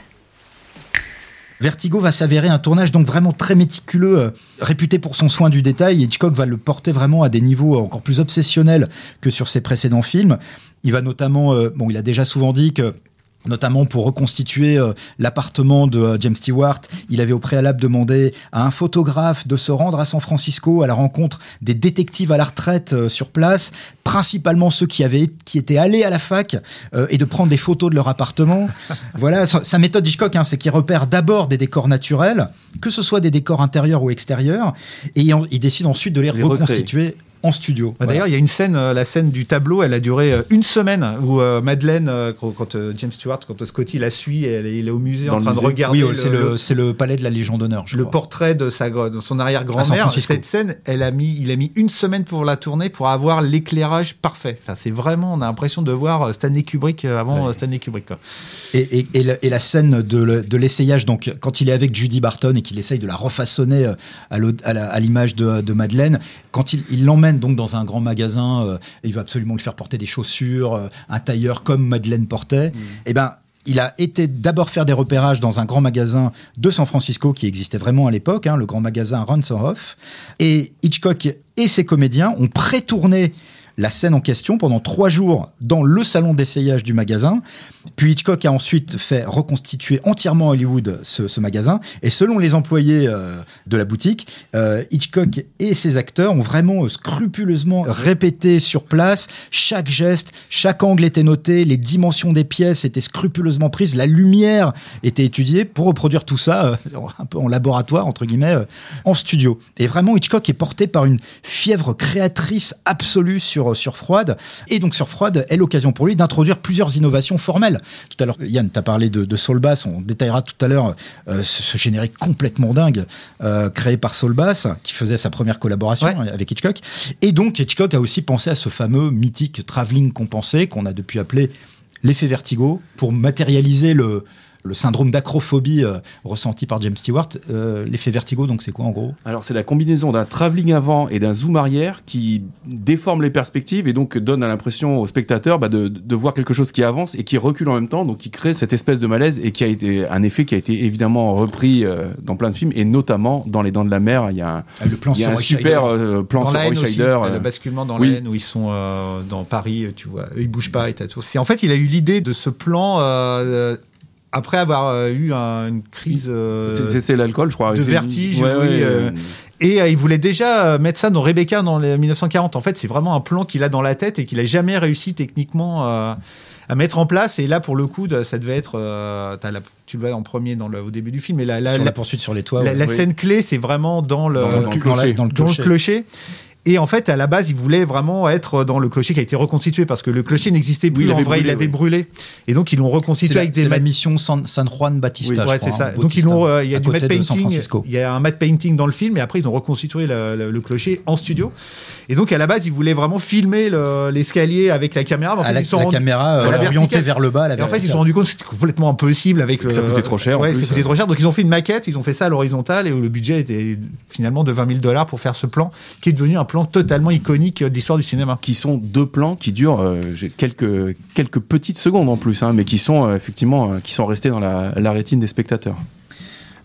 Vertigo va s'avérer un tournage donc vraiment très méticuleux, euh, réputé pour son soin du détail. Hitchcock va le porter vraiment à des niveaux encore plus obsessionnels que sur ses précédents films. Il va notamment, euh, bon, il a déjà souvent dit que notamment pour reconstituer euh, l'appartement de euh, James Stewart, il avait au préalable demandé à un photographe de se rendre à San Francisco à la rencontre des détectives à la retraite euh, sur place, principalement ceux qui avaient qui étaient allés à la fac, euh, et de prendre des photos de leur appartement. Voilà, sa, sa méthode Hitchcock, hein, c'est qu'il repère d'abord des décors naturels, que ce soit des décors intérieurs ou extérieurs, et en, il décide ensuite de les, les reconstituer recréer. En studio. Bah, d'ailleurs, il y a une scène, euh, la scène du tableau, elle a duré euh, une semaine où euh, Madeleine, euh, quand, quand euh, James Stewart, quand euh, Scotty la suit, elle, il est au musée Dans en train musée. de regarder. Oui, le, c'est, le, c'est le palais de la Légion d'honneur. Je le crois. portrait de sa de son arrière-grand-mère. Cette scène, elle a mis, il a mis une semaine pour la tourner pour avoir l'éclairage parfait. Enfin, c'est vraiment, on a l'impression de voir Stanley Kubrick avant ouais. Stanley Kubrick. Quoi. Et, et, et, la, et la scène de, le, de l'essayage, donc quand il est avec Judy Barton et qu'il essaye de la refaçonner à, à, la, à l'image de, de Madeleine, quand il, il l'emmène donc dans un grand magasin, euh, il va absolument lui faire porter des chaussures, euh, un tailleur comme Madeleine portait. Mmh. Et ben, il a été d'abord faire des repérages dans un grand magasin de San Francisco qui existait vraiment à l'époque, hein, le grand magasin Ransomhoff. Et Hitchcock et ses comédiens ont pré-tourné la scène en question pendant trois jours dans le salon d'essayage du magasin. Puis Hitchcock a ensuite fait reconstituer entièrement Hollywood ce, ce magasin. Et selon les employés euh, de la boutique, euh, Hitchcock et ses acteurs ont vraiment euh, scrupuleusement répété sur place chaque geste, chaque angle était noté, les dimensions des pièces étaient scrupuleusement prises, la lumière était étudiée pour reproduire tout ça euh, un peu en laboratoire, entre guillemets, euh, en studio. Et vraiment, Hitchcock est porté par une fièvre créatrice absolue sur sur Froide, et donc sur Froide est l'occasion pour lui d'introduire plusieurs innovations formelles. Tout à l'heure, Yann, tu as parlé de, de Saul Bass, on détaillera tout à l'heure euh, ce, ce générique complètement dingue euh, créé par Saul Bass, qui faisait sa première collaboration ouais. avec Hitchcock. Et donc Hitchcock a aussi pensé à ce fameux mythique travelling compensé qu'on a depuis appelé l'effet Vertigo, pour matérialiser le le syndrome d'acrophobie euh, ressenti par James Stewart. Euh, l'effet Vertigo, donc c'est quoi en gros ? Alors c'est la combinaison d'un travelling avant et d'un zoom arrière qui déforme les perspectives et donc donne l'impression au spectateur bah, de, de voir quelque chose qui avance et qui recule en même temps, donc qui crée cette espèce de malaise et qui a été un effet qui a été évidemment repris euh, dans plein de films et notamment dans Les Dents de la Mer. Il y a un, ah, le plan il y a sur un super euh, plan dans sur Roy Scheider. Euh, le basculement dans oui. la haine où ils sont euh, dans Paris, tu vois, eux ils bougent pas et t'as tout. C'est en fait il a eu l'idée de ce plan. Euh, Après avoir euh, eu un, une crise euh, c'est, c'est l'alcool, je crois, de vertige, ouais, oui, ouais, euh, et euh, il voulait déjà mettre ça dans Rebecca dans les dix-neuf cent quarante. En fait, c'est vraiment un plan qu'il a dans la tête et qu'il a jamais réussi techniquement euh, à mettre en place. Et là, pour le coup, ça devait être, euh, t'as la, tu le vois en premier dans le, au début du film, mais la, la, sur la, la poursuite sur les toits. La, ouais. la oui. scène clé, c'est vraiment dans le, dans, dans, dans, le, clocher, dans, le, dans clocher. le clocher. Et en fait, à la base, il voulait vraiment être dans le clocher qui a été reconstitué parce que le clocher n'existait plus. Oui, en vrai, brûlé, il avait oui. brûlé. Et donc, ils l'ont reconstitué c'est avec la, des. C'est la mission San, San Juan Batista. Oui, ouais, je crois, c'est ça. Hein, donc, ils l'ont. Euh, il y a du matte painting. Il y a un matte painting dans le film, et après, ils ont reconstitué le, le, le clocher en studio. Et donc, à la base, ils voulaient vraiment filmer le, l'escalier avec la caméra. En fait, la, ils sont la rendu, caméra euh, orientée vers le bas. Et en fait, ils se sont rendus compte que c'était complètement impossible avec le. Ça coûtait trop cher. Ouais, ça coûtait trop cher. Donc, ils ont fait une maquette. Ils ont fait ça à l'horizontale, et le budget était finalement de vingt mille dollars pour faire ce plan, qui est devenu un plan totalement iconique d'histoire du cinéma. Qui sont deux plans qui durent euh, quelques quelques petites secondes en plus, hein, mais qui sont euh, effectivement euh, qui sont restés dans la, la rétine des spectateurs.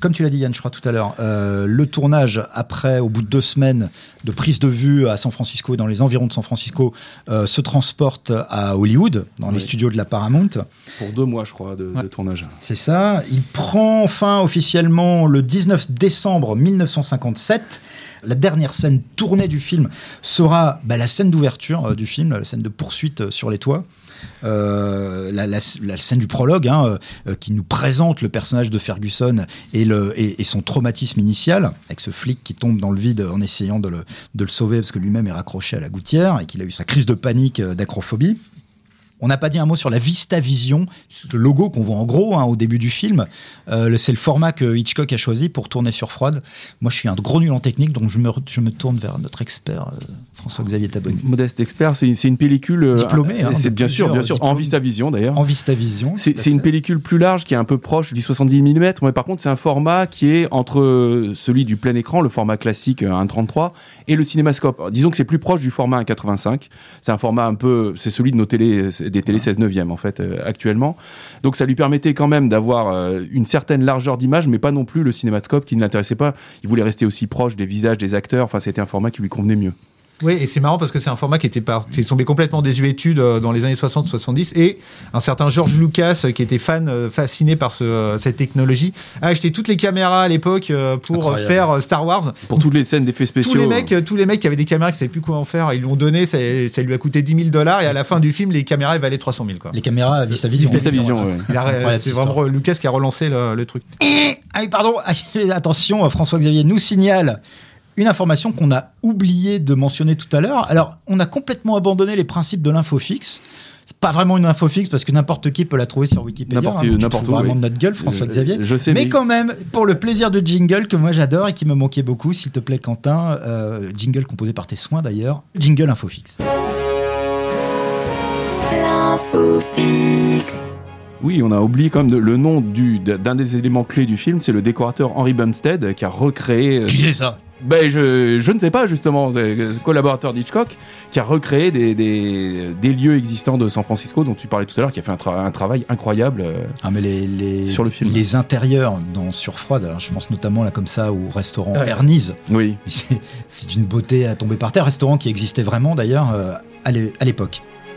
comme tu l'as dit Yann, je crois tout à l'heure, euh, le tournage après, au bout de deux semaines de prise de vue à San Francisco, dans les environs de San Francisco, euh, se transporte à Hollywood, dans oui. les studios de la Paramount. Pour deux mois, je crois, de, ouais. de tournage. C'est ça. Il prend fin officiellement le dix-neuf décembre mille neuf cent cinquante-sept. La dernière scène tournée du film sera bah, la scène d'ouverture euh, du film, la scène de poursuite euh, sur les toits. Euh, la, la, la scène du prologue hein, euh, qui nous présente le personnage de Ferguson et, le, et, et son traumatisme initial, avec ce flic qui tombe dans le vide en essayant de le, de le sauver parce que lui-même est raccroché à la gouttière et qu'il a eu sa crise de panique euh, d'acrophobie. On n'a pas dit un mot sur la VistaVision, le logo qu'on voit en gros hein, au début du film. Euh, c'est le format que Hitchcock a choisi pour tourner sur Froide. Moi, je suis un gros nul en technique, donc je me, je me tourne vers notre expert, euh, François-Xavier Taboni. Modeste expert, c'est une, c'est une pellicule... Euh, diplômée. Hein, c'est bien sûr, bien sûr, en VistaVision d'ailleurs. En VistaVision. C'est, c'est une pellicule plus large qui est un peu proche du soixante-dix millimètres, mais par contre, c'est un format qui est entre celui du plein écran, le format classique un virgule trente-trois, et le cinémascope. Alors, disons que c'est plus proche du format un virgule quatre-vingt-cinq. C'est un format un peu... C'est celui de nos télés... des télé seize neuvième en fait euh, actuellement. Donc ça lui permettait quand même d'avoir euh, une certaine largeur d'image, mais pas non plus le cinémascope qui ne l'intéressait pas. Il voulait rester aussi proche des visages des acteurs. Enfin, c'était un format qui lui convenait mieux. Oui, et c'est marrant parce que c'est un format qui était par... qui est tombé complètement désuétude dans les années soixante soixante-dix, et un certain George Lucas, qui était fan, fasciné par ce, cette technologie, a acheté toutes les caméras à l'époque pour Incroyable. faire Star Wars. Pour toutes les scènes d'effets spéciaux. Tous les mecs, tous les mecs qui avaient des caméras qui ne savaient plus quoi en faire, ils l'ont donné, ça, ça lui a coûté dix mille dollars, et à la fin du film, les caméras elles valaient trois cent mille. Quoi. Les caméras à VistaVision. VistaVision, ouais. C'est, a, c'est vraiment Lucas qui a relancé le, le truc. Et, allez, pardon, attention, François-Xavier nous signale une information qu'on a oublié de mentionner tout à l'heure. Alors, on a complètement abandonné les principes de l'info fixe. C'est pas vraiment une info fixe parce que n'importe qui peut la trouver sur Wikipédia. N'importe, hein, n'importe où. Vraiment oui. de notre gueule, François-Xavier. Je sais, mais, mais quand même, pour le plaisir de jingle que moi j'adore et qui me manquait beaucoup, s'il te plaît, Quentin, euh, jingle composé par tes soins d'ailleurs, jingle info fixe. L'info fixe. Oui, on a oublié quand même le nom du, d'un des éléments clés du film, c'est le décorateur Henry Bumstead qui a recréé... Qui c'est ça ? Ben je, je ne sais pas justement, collaborateur d'Hitchcock qui a recréé des, des, des lieux existants de San Francisco dont tu parlais tout à l'heure, qui a fait un, tra- un travail incroyable ah, mais les, les, sur le film. Les intérieurs dans Sur Froide, alors je pense notamment là comme ça au restaurant ouais. Ernie's. Oui. C'est, c'est d'une beauté à tomber par terre, restaurant qui existait vraiment d'ailleurs euh, à, l'é- à l'époque.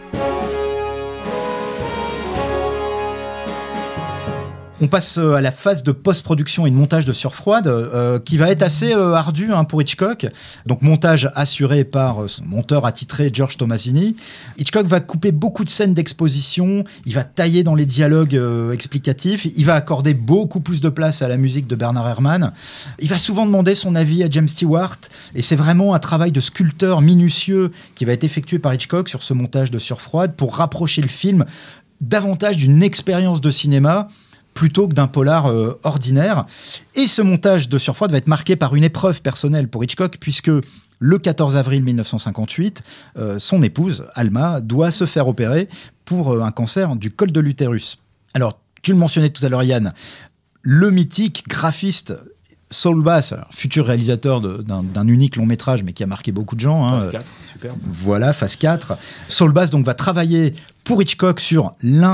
On passe à la phase de post-production et de montage de Sur Froide, euh, qui va être assez euh, ardu hein, pour Hitchcock. Donc montage assuré par euh, son monteur attitré George Tomasini. Hitchcock va couper beaucoup de scènes d'exposition, il va tailler dans les dialogues euh, explicatifs, il va accorder beaucoup plus de place à la musique de Bernard Herrmann. Il va souvent demander son avis à James Stewart, et c'est vraiment un travail de sculpteur minutieux qui va être effectué par Hitchcock sur ce montage de Sur Froide pour rapprocher le film davantage d'une expérience de cinéma plutôt que d'un polar euh, ordinaire. Et ce montage de Sur Froide va être marqué par une épreuve personnelle pour Hitchcock, puisque le quatorze avril mille neuf cent cinquante-huit, euh, son épouse, Alma, doit se faire opérer pour euh, un cancer du col de l'utérus. Alors, tu le mentionnais tout à l'heure, Yann, le mythique graphiste Saul Bass, alors, futur réalisateur de, d'un, d'un unique long métrage, mais qui a marqué beaucoup de gens. Hein, Phase quatre, superbe. Voilà, phase quatre. Saul Bass donc, va travailler pour Hitchcock sur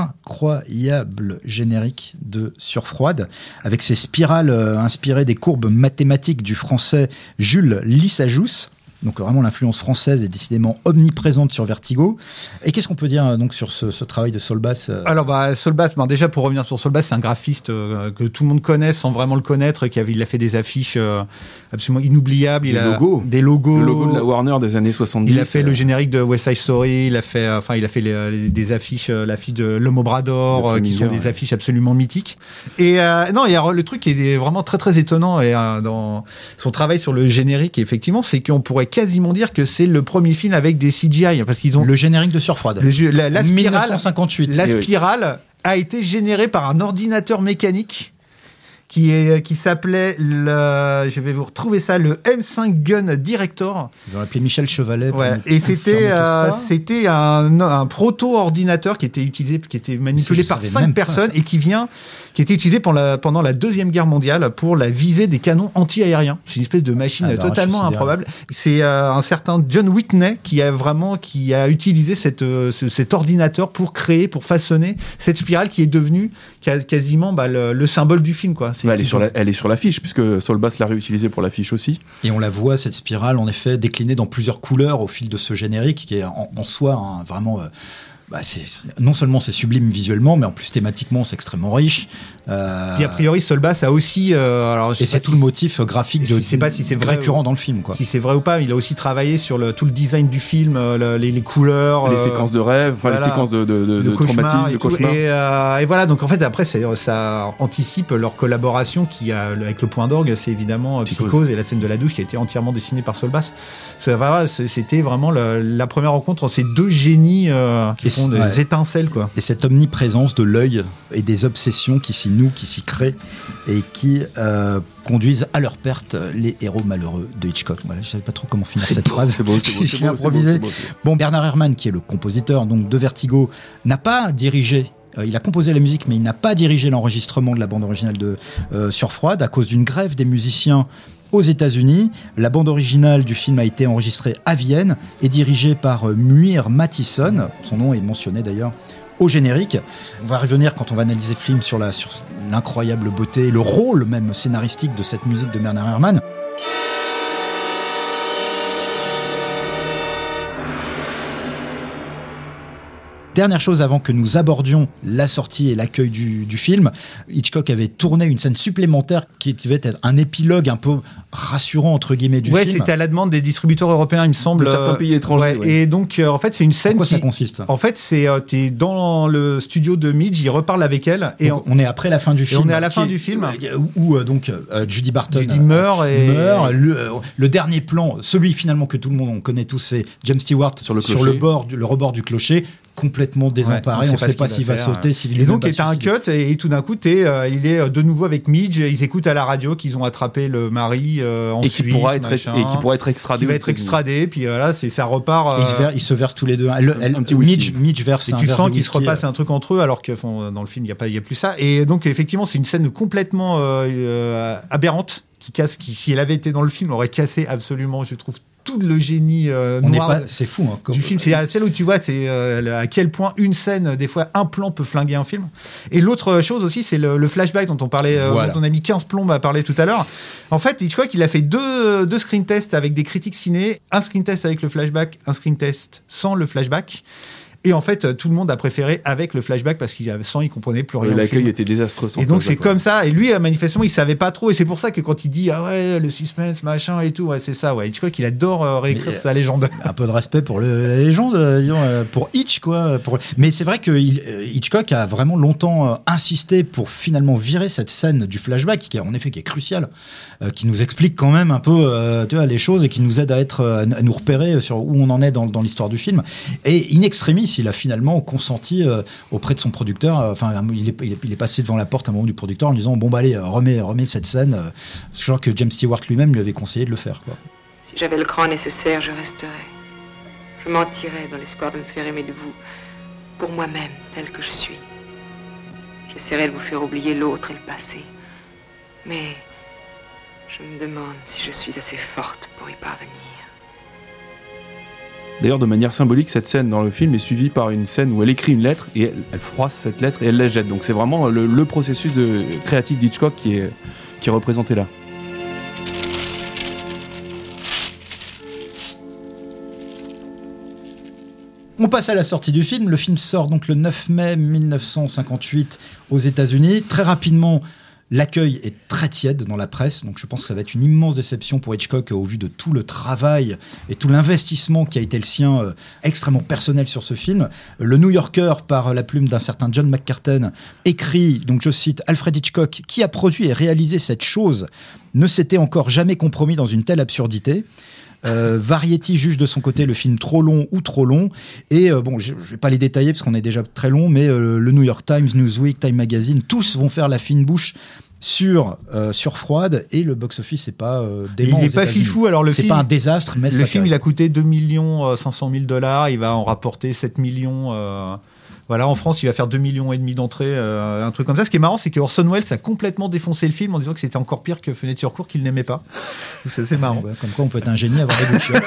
l'incroyable générique de Sur Froide, avec ses spirales euh, inspirées des courbes mathématiques du français Jules Lissajous. Donc vraiment l'influence française est décidément omniprésente sur Vertigo. Et qu'est-ce qu'on peut dire donc sur ce, ce travail de Saul Bass euh... Alors bah Saul Bass, ben, déjà pour revenir sur Saul Bass, c'est un graphiste euh, que tout le monde connaît sans vraiment le connaître, qui avait, il a fait des affiches euh, absolument inoubliables. Il des a logos, des logos, le logo de la Warner des années soixante-dix. Il a fait euh... le générique de West Side Story. Il a fait, euh, enfin il a fait les, les, des affiches, euh, l'affiche de L'Homme au bras d'or, euh, qui sont des ouais. affiches absolument mythiques. Et euh, non, il y a le truc qui est vraiment très très étonnant et euh, dans son travail sur le générique, effectivement, c'est qu'on pourrait quasiment dire que c'est le premier film avec des C G I, parce qu'ils ont le générique de Sur Froide. Le, la, la spirale, mille neuf cent cinquante-huit. La oui, spirale oui. a été générée par un ordinateur mécanique qui est qui s'appelait le, je vais vous retrouver ça, le M cinq Gun Director. Ils ont appelé Michel Chevalet. Ouais. Et c'était euh, c'était un, un proto-ordinateur qui était utilisé, qui était manipulé par cinq personnes et qui vient qui était utilisé pendant la, pendant la Deuxième Guerre mondiale pour la visée des canons anti-aériens. C'est une espèce de machine ah, totalement improbable. C'est euh, un certain John Whitney qui a vraiment qui a utilisé cette, euh, ce, cet ordinateur pour créer, pour façonner cette spirale qui est devenue quasiment bah, le, le symbole du film, quoi. C'est bah, elle, est sur la, elle est sur l'affiche, puisque Solbass l'a réutilisée pour l'affiche aussi. Et on la voit, cette spirale, en effet, déclinée dans plusieurs couleurs au fil de ce générique, qui est en, en soi hein, vraiment... Euh, Bah c'est, c'est, non seulement c'est sublime visuellement, mais en plus thématiquement c'est extrêmement riche. Euh... Et a priori, Solbass a aussi. Euh, alors, je et sais c'est pas tout si le motif graphique de, je sais pas si c'est vrai récurrent ou, dans le film. Quoi. Si c'est vrai ou pas, il a aussi travaillé sur le, tout le design du film, le, les, les couleurs. Les euh, séquences de rêve, enfin voilà, les séquences de, de, de, de, de traumatisme, de cauchemar. Et, euh, et voilà, donc en fait, après, c'est, ça anticipe leur collaboration qui a, avec le point d'orgue, c'est évidemment Psychose. Psychose et la scène de la douche qui a été entièrement dessinée par Solbass. Ça, voilà, c'était vraiment la, la première rencontre entre ces deux génies euh, qui et font des ouais. étincelles, quoi. Et cette omniprésence de l'œil et des obsessions qui s'y nouent, qui s'y créent et qui euh, conduisent à leur perte les héros malheureux de Hitchcock. Voilà, je ne savais pas trop comment finir c'est cette beau, phrase. C'est beau, c'est beau, c'est beau, improvisé. C'est beau, c'est beau. Bon, Bernard Herrmann, qui est le compositeur donc de Vertigo, n'a pas dirigé. Euh, il a composé la musique, mais il n'a pas dirigé l'enregistrement de la bande originale de euh, Sueur froide à cause d'une grève des musiciens aux États-Unis. La bande originale du film a été enregistrée à Vienne et dirigée par euh, Muir Mathieson. Son nom est mentionné d'ailleurs au générique. On va revenir quand on va analyser le film sur, la, sur l'incroyable beauté, le rôle même scénaristique de cette musique de Bernard Herrmann. Dernière chose avant que nous abordions la sortie et l'accueil du, du film, Hitchcock avait tourné une scène supplémentaire qui devait être un épilogue un peu rassurant entre guillemets du ouais, film. Ouais, c'était à la demande des distributeurs européens, il me semble. De certains pays étrangers. Ouais, ouais. Et donc, euh, en fait, c'est une scène. En quoi qui, ça consiste ? En fait, c'est euh, t'es dans le studio de Midge, il reparle avec elle. Et donc, on, on est après la fin du et film. On est à la fin est, du film. Où, où donc euh, Judy Barton Judy meurt. Et... meurt le, euh, le dernier plan, celui finalement que tout le monde on connaît tous, c'est James Stewart sur le, sur le bord, du, le rebord du clocher. Complètement désemparé, ouais, on ne sait pas s'il va, va sauter, s'il Et donc, il y a un cut, et, et tout d'un coup, t'es, euh, il est de nouveau avec Midge, ils écoutent à la radio qu'ils ont attrapé le mari euh, en et Suisse. Qui pourra être, machin, et qui pourra être extradé. Qui va être extradé, puis voilà, c'est, ça repart. Euh, ils, se versent, ils se versent tous les deux. Elle, elle, un petit Midge, Midge verse et un tu verre sens de qu'il se repasse euh... un truc entre eux, alors que enfin, dans le film, il n'y a, pas, il y a plus ça. Et donc, effectivement, c'est une scène complètement euh, euh, aberrante, qui casse, qui, si elle avait été dans le film, aurait cassé absolument, je trouve, tout le génie euh, on noir pas, c'est fou hein, comme... du film. C'est celle où tu vois c'est, euh, à quel point une scène, des fois un plan peut flinguer un film. Et l'autre chose aussi, c'est le, le flashback dont on parlait, voilà. euh, dont on a mis quinze plombes à parler tout à l'heure. En fait, Hitchcock, il a fait deux, deux screen tests avec des critiques ciné, un screen test avec le flashback, un screen test sans le flashback. Et en fait, tout le monde a préféré avec le flashback parce qu'il sans, il comprenait plus rien. Et l'accueil était désastreux. Et donc c'est comme ça. Et lui, manifestement, il savait pas trop. Et c'est pour ça que quand il dit ah ouais le suspense machin et tout, ouais c'est ça. Ouais, Hitchcock, il adore euh, réécrire mais, sa légende. Un peu de respect pour le, la légende, disons, pour Hitch quoi. Pour... Mais c'est vrai que il, Hitchcock a vraiment longtemps insisté pour finalement virer cette scène du flashback, qui en effet qui est cruciale, euh, qui nous explique quand même un peu euh, tu vois, les choses et qui nous aide à être à nous repérer sur où on en est dans, dans l'histoire du film. Et in extremis, il a finalement consenti euh, auprès de son producteur. Euh, enfin, il est, il est passé devant la porte à un moment du producteur en lui disant bon bah allez, remets, remets cette scène. Euh, je crois que James Stewart lui-même lui avait conseillé de le faire. Quoi. Si j'avais le cran nécessaire, je resterais. Je mentirais dans l'espoir de me faire aimer de vous, pour moi-même, tel que je suis. J'essaierais de vous faire oublier l'autre et le passé. Mais je me demande si je suis assez forte pour y parvenir. D'ailleurs, de manière symbolique, cette scène dans le film est suivie par une scène où elle écrit une lettre et elle, elle froisse cette lettre et elle la jette. Donc c'est vraiment le, le processus de, créatif d'Hitchcock qui est, qui est représenté là. On passe à la sortie du film. Le film sort donc le neuf mai mille neuf cent cinquante-huit aux États-Unis. Très rapidement, l'accueil est très tiède dans la presse, donc je pense que ça va être une immense déception pour Hitchcock au vu de tout le travail et tout l'investissement qui a été le sien, euh, extrêmement personnel sur ce film. Le New Yorker, par la plume d'un certain John McCartan, écrit, donc je cite, Alfred Hitchcock, qui a produit et réalisé cette chose, ne s'était encore jamais compromis dans une telle absurdité. Euh, Variety juge de son côté le film trop long ou trop long, et euh, bon, je ne vais pas les détailler parce qu'on est déjà très long, mais euh, le New York Times, Newsweek, Time Magazine, tous vont faire la fine bouche sur euh, Sueur froide, et le box-office c'est pas euh, dément. Il est pas fifou, alors le c'est film, pas un désastre, mais c'est le pas film terrible. Il a coûté deux millions cinq cent mille dollars, il va en rapporter sept millions. Euh... Voilà, en France, il va faire deux millions et demi d'entrées, euh, un truc comme ça. Ce qui est marrant, c'est que Orson Welles a complètement défoncé le film en disant que c'était encore pire que Fenêtre sur cour, qu'il n'aimait pas. C'est assez marrant. Ouais, comme quoi, on peut être un génie, avoir des goûts de chiottes.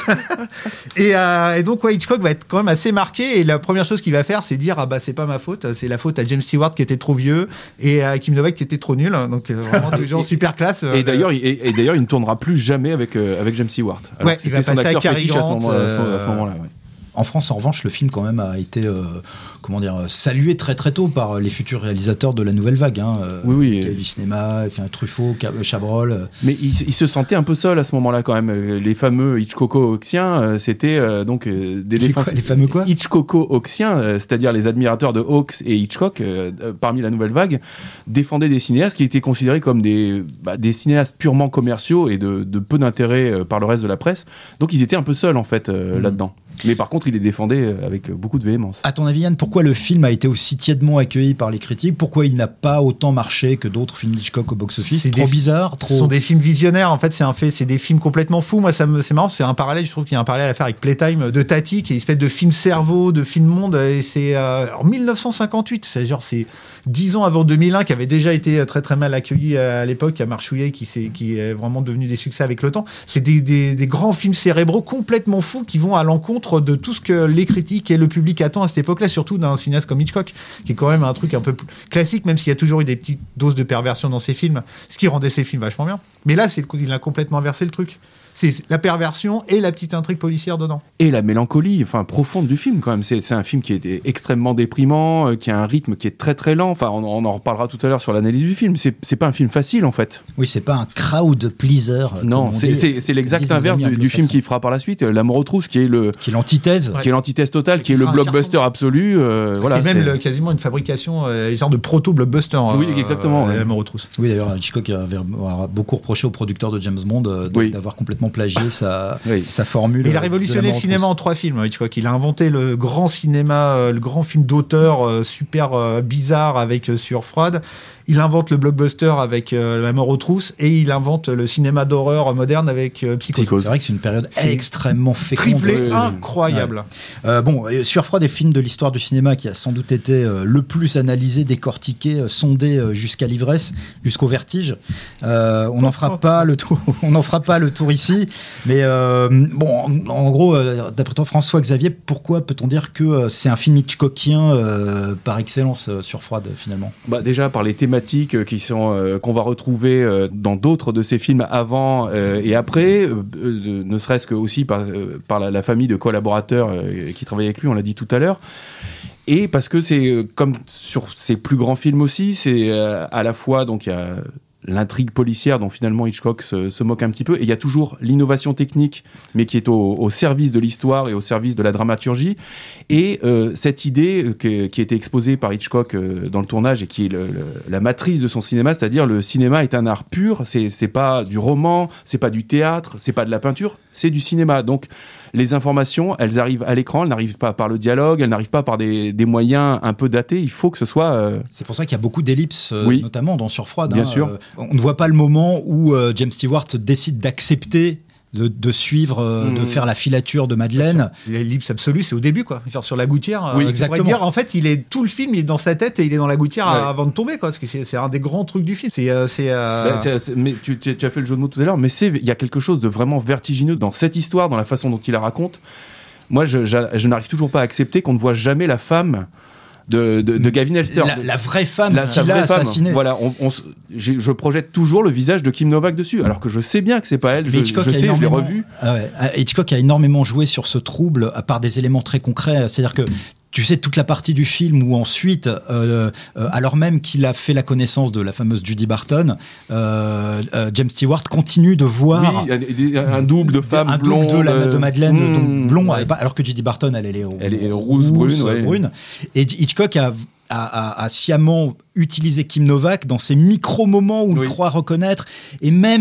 et, euh, et donc, ouais, Hitchcock va être quand même assez marqué. Et la première chose qu'il va faire, c'est dire ah bah c'est pas ma faute, c'est la faute à James Stewart qui était trop vieux et à Kim Novak qui était trop nul. Donc euh, vraiment des gens super classe. Et d'ailleurs, il, et, et d'ailleurs, il ne tournera plus jamais avec euh, avec James Stewart. Alors ouais, il va passer à Cary Grant à ce moment, euh, à ce moment-là. Ouais. En France, en revanche, le film quand même a été, euh, comment dire, salué très très tôt par les futurs réalisateurs de la nouvelle vague. Hein, oui, oui. Du cinéma, enfin, Truffaut, Chabrol. Mais il, il se sentait un peu seul à ce moment-là quand même. Les fameux Hitchcocko-Hawksiens, c'était euh, donc euh, des les, quoi, les fameux quoi Hitchcocko-Hawksiens, euh, c'est-à-dire les admirateurs de Hawks et Hitchcock, euh, parmi la nouvelle vague, défendaient des cinéastes qui étaient considérés comme des, bah, des cinéastes purement commerciaux et de, de peu d'intérêt euh, par le reste de la presse. Donc ils étaient un peu seuls en fait euh, mmh. là-dedans. Mais par contre, il les défendait avec beaucoup de véhémence. À ton avis, Yann, pourquoi le film a été aussi tièdement accueilli par les critiques ? Pourquoi il n'a pas autant marché que d'autres films d'Hitchcock au box-office ? C'est trop bizarre, trop... Ce sont des films visionnaires, en fait, c'est un fait, c'est des films complètement fous. Moi, ça me, c'est marrant, c'est un parallèle, je trouve qu'il y a un parallèle à faire avec Playtime de Tati, qui est une espèce de film cerveau, de film monde, et c'est euh, en dix-neuf cent cinquante-huit, c'est genre, c'est dix ans avant deux mille un, qui avait déjà été très très mal accueilli à l'époque, qui a marchouillé, qui, s'est, qui est vraiment devenu des succès avec le temps. C'est des, des, des grands films cérébraux complètement fous qui vont à l'encontre de tout ce que les critiques et le public attend à cette époque-là, surtout d'un cinéaste comme Hitchcock, qui est quand même un truc un peu plus classique, même s'il y a toujours eu des petites doses de perversion dans ses films, ce qui rendait ses films vachement bien. Mais là, c'est, il a complètement inversé le truc. C'est la perversion et la petite intrigue policière dedans. Et la mélancolie, enfin profonde du film quand même. C'est, c'est un film qui est extrêmement déprimant, euh, qui a un rythme qui est très très lent. Enfin, on, on en reparlera tout à l'heure sur l'analyse du film. C'est, c'est pas un film facile en fait. Oui, c'est pas un crowd pleaser. Non, c'est, dit, c'est, c'est l'exact inverse du, du film qui fera par la suite, La mort aux trousses, qui est le qui est l'antithèse, qui est l'antithèse totale, qui, qui est le blockbuster absolu. Euh, voilà. Et même le, quasiment une fabrication, euh, genre de proto blockbuster. Oui, euh, exactement. Euh, ouais. La mort aux trousses. Oui, d'ailleurs, Hitchcock a, a beaucoup reproché au producteur de James Bond euh, de, oui. d'avoir complètement plagié sa Oui. sa formule. Mais il a révolutionné le cinéma en trois films, Hitchcock. Il a inventé le grand cinéma, euh, le grand film d'auteur euh, super euh, bizarre avec euh, Sueur froide. Il invente le blockbuster avec euh, La mort aux trousses et il invente le cinéma d'horreur moderne avec euh, Psychose. Psychose. C'est vrai que c'est une période c'est extrêmement féconde. Triplé, incroyable. Ouais. Euh, bon, Sueur froide est le film de l'histoire du cinéma qui a sans doute été euh, le plus analysé, décortiqué, euh, sondé euh, jusqu'à l'ivresse, jusqu'au vertige. Euh, on n'en fera pas le tour, on n'en fera pas le tour ici, mais euh, bon, en, en gros, euh, d'après toi, François Xavier, pourquoi peut-on dire que euh, c'est un film hitchcockien euh, par excellence, euh, Sueur froide finalement ? Bah déjà par les thématiques qui sont euh, qu'on va retrouver euh, dans d'autres de ces films avant euh, et après, euh, euh, ne serait-ce que aussi par euh, par la, la famille de collaborateurs euh, qui travaillent avec lui, on l'a dit tout à l'heure. Et parce que c'est euh, comme sur ses plus grands films aussi, c'est euh, à la fois donc il y a l'intrigue policière dont finalement Hitchcock se, se moque un petit peu, et il y a toujours l'innovation technique, mais qui est au, au service de l'histoire et au service de la dramaturgie, et euh, cette idée que, qui a été exposée par Hitchcock euh, dans le tournage et qui est le, le, la matrice de son cinéma, c'est-à-dire le cinéma est un art pur, c'est, c'est pas du roman, c'est pas du théâtre, c'est pas de la peinture, c'est du cinéma. Donc les informations, elles arrivent à l'écran, elles n'arrivent pas par le dialogue, elles n'arrivent pas par des, des moyens un peu datés, il faut que ce soit... Euh... C'est pour ça qu'il y a beaucoup d'ellipses, euh, oui. notamment dans Sueur froide. Bien hein, sûr. Euh, on ne voit pas le moment où euh, James Stewart décide d'accepter de, de suivre, euh, mmh. de faire la filature de Madeleine. L'ellipse absolue, c'est au début, quoi. Genre sur la gouttière. Oui, euh, exactement. Dire, en fait, il est tout le film, il est dans sa tête et il est dans la gouttière ouais. avant de tomber, quoi. Parce que c'est, c'est un des grands trucs du film. C'est, euh, c'est, euh... ben, c'est, c'est mais tu, tu, tu as fait le jeu de mots tout à l'heure, mais c'est, il y a quelque chose de vraiment vertigineux dans cette histoire, dans la façon dont il la raconte. Moi, je, je, je n'arrive toujours pas à accepter qu'on ne voit jamais la femme de, de, de Gavin Elster. La, la vraie femme la, qui l'a assassinée. Voilà, on, on, je projette toujours le visage de Kim Novak dessus, alors que je sais bien que c'est pas elle. Je, je sais, je l'ai revu. Ah ouais. Hitchcock a énormément joué sur ce trouble, à part des éléments très concrets. C'est-à-dire que tu sais, toute la partie du film où ensuite, euh, euh, alors même qu'il a fait la connaissance de la fameuse Judy Barton, euh, euh, James Stewart continue de voir oui, un, un double de femme un blonde double de, la, de Madeleine, mmh, donc blond, ouais. alors que Judy Barton, elle, elle est, elle est rousse, rousse brune, brune. Ouais. Et Hitchcock a A, a, a sciemment utilisé Kim Novak dans ces micro-moments où oui. il croit reconnaître, et même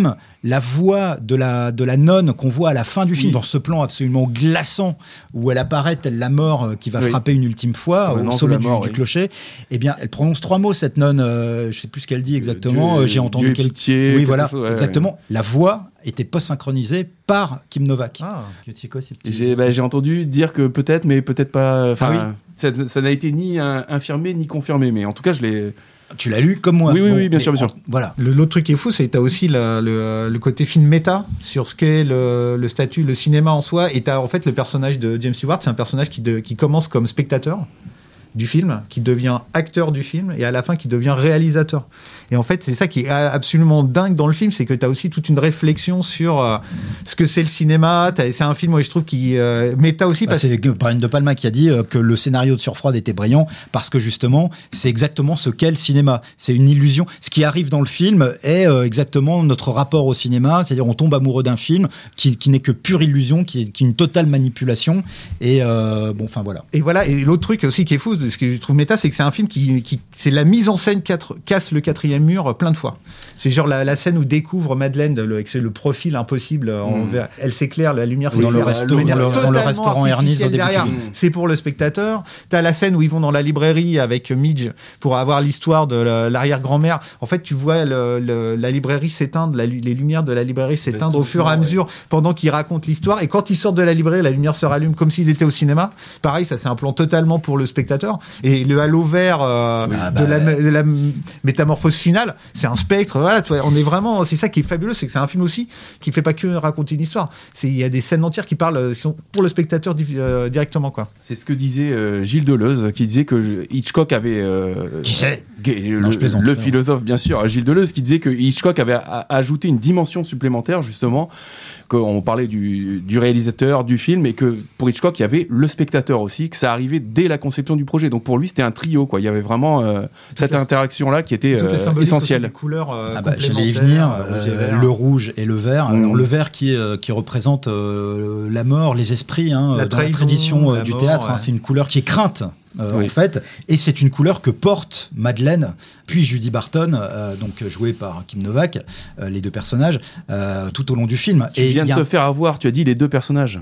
la voix de la, de la nonne qu'on voit à la fin du film, oui. dans ce plan absolument glaçant, où elle apparaît telle la mort qui va oui. frapper une ultime fois ouais, au non, sommet du, mort, du oui. clocher, eh bien, elle prononce trois mots, cette nonne, euh, je sais plus ce qu'elle dit exactement, Dieu, j'ai entendu Dieu quel... pitié, oui, quelque voilà, chose, ouais, exactement. Ouais. La voix était post-synchronisée par Kim Novak. Ah. C'est quoi ces petits... J'ai, bah, j'ai entendu dire que peut-être, mais peut-être pas. Enfin, ah, oui. ça, ça n'a été ni un, infirmé ni confirmé, mais en tout cas, je l'ai. Tu l'as lu comme moi. Oui, oui, bon, oui, bien sûr, bien sûr. En, voilà. Le, l'autre truc qui est fou, c'est que tu as aussi le, le, le côté film méta sur ce qu'est le, le statut, le cinéma en soi. Et tu as en fait le personnage de James Stewart, c'est un personnage qui, de, qui commence comme spectateur du film, qui devient acteur du film et à la fin qui devient réalisateur. Et en fait, c'est ça qui est absolument dingue dans le film, c'est que tu as aussi toute une réflexion sur euh, ce que c'est le cinéma. T'as, c'est un film, moi, je trouve, qui euh, méta aussi. Bah, parce... C'est Brian De Palma qui a dit euh, que le scénario de Surfroide était brillant parce que justement, c'est exactement ce qu'est le cinéma. C'est une illusion. Ce qui arrive dans le film est euh, exactement notre rapport au cinéma, c'est-à-dire on tombe amoureux d'un film qui, qui n'est que pure illusion, qui est, qui est une totale manipulation. Et euh, bon, enfin voilà. Et voilà. Et l'autre truc aussi qui est fou, ce que je trouve méta, c'est que c'est un film qui, qui c'est la mise en scène quatre, casse le quatrième mur plein de fois. C'est genre la, la scène où découvre Madeleine le, avec le profil impossible. Mmh. En vert, elle s'éclaire, la lumière oui, s'éclaire. Dans le, resto, dans le, dans le restaurant Ernest au début. Derrière, c'est pour le spectateur. T'as la scène où ils vont dans la librairie avec Midge pour avoir l'histoire de la, l'arrière-grand-mère. En fait, tu vois le, le, la librairie s'éteindre, la, les lumières de la librairie s'éteindre au fur et à mesure ouais. pendant qu'ils racontent l'histoire. Et quand ils sortent de la librairie, la lumière se rallume comme s'ils étaient au cinéma. Pareil, ça c'est un plan totalement pour le spectateur. Et le halo vert euh, oui, de, bah, la, de la métamorphose finale, c'est un spectre. Voilà, toi, on est vraiment. C'est ça qui est fabuleux, c'est que c'est un film aussi qui fait pas que raconter une histoire. C'est il y a des scènes entières qui parlent qui sont pour le spectateur euh, directement quoi. C'est ce que disait euh, Gilles Deleuze, qui disait que Hitchcock avait. Euh, qui c'est le, non, je plaisante, le philosophe bien sûr, Gilles Deleuze, qui disait que Hitchcock avait a, a ajouté une dimension supplémentaire justement. Qu'on parlait du, du réalisateur, du film, et que pour Hitchcock, il y avait le spectateur aussi, que ça arrivait dès la conception du projet. Donc pour lui, c'était un trio, quoi. Il y avait vraiment euh, cette la, interaction-là qui était euh, essentielle. Couleurs, euh, ah bah, j'allais y venir, euh, le rouge et le vert. Mmh. Alors, le vert qui, euh, qui représente euh, la mort, les esprits, hein, la dans trahison, la tradition euh, la du mort, théâtre. ouais. Hein, c'est une couleur qui est crainte. Euh, oui. en fait, et c'est une couleur que porte Madeleine, puis Judy Barton, euh, donc jouée par Kim Novak, euh, les deux personnages, euh, tout au long du film. Tu et viens de a... te faire avoir, tu as dit les deux personnages.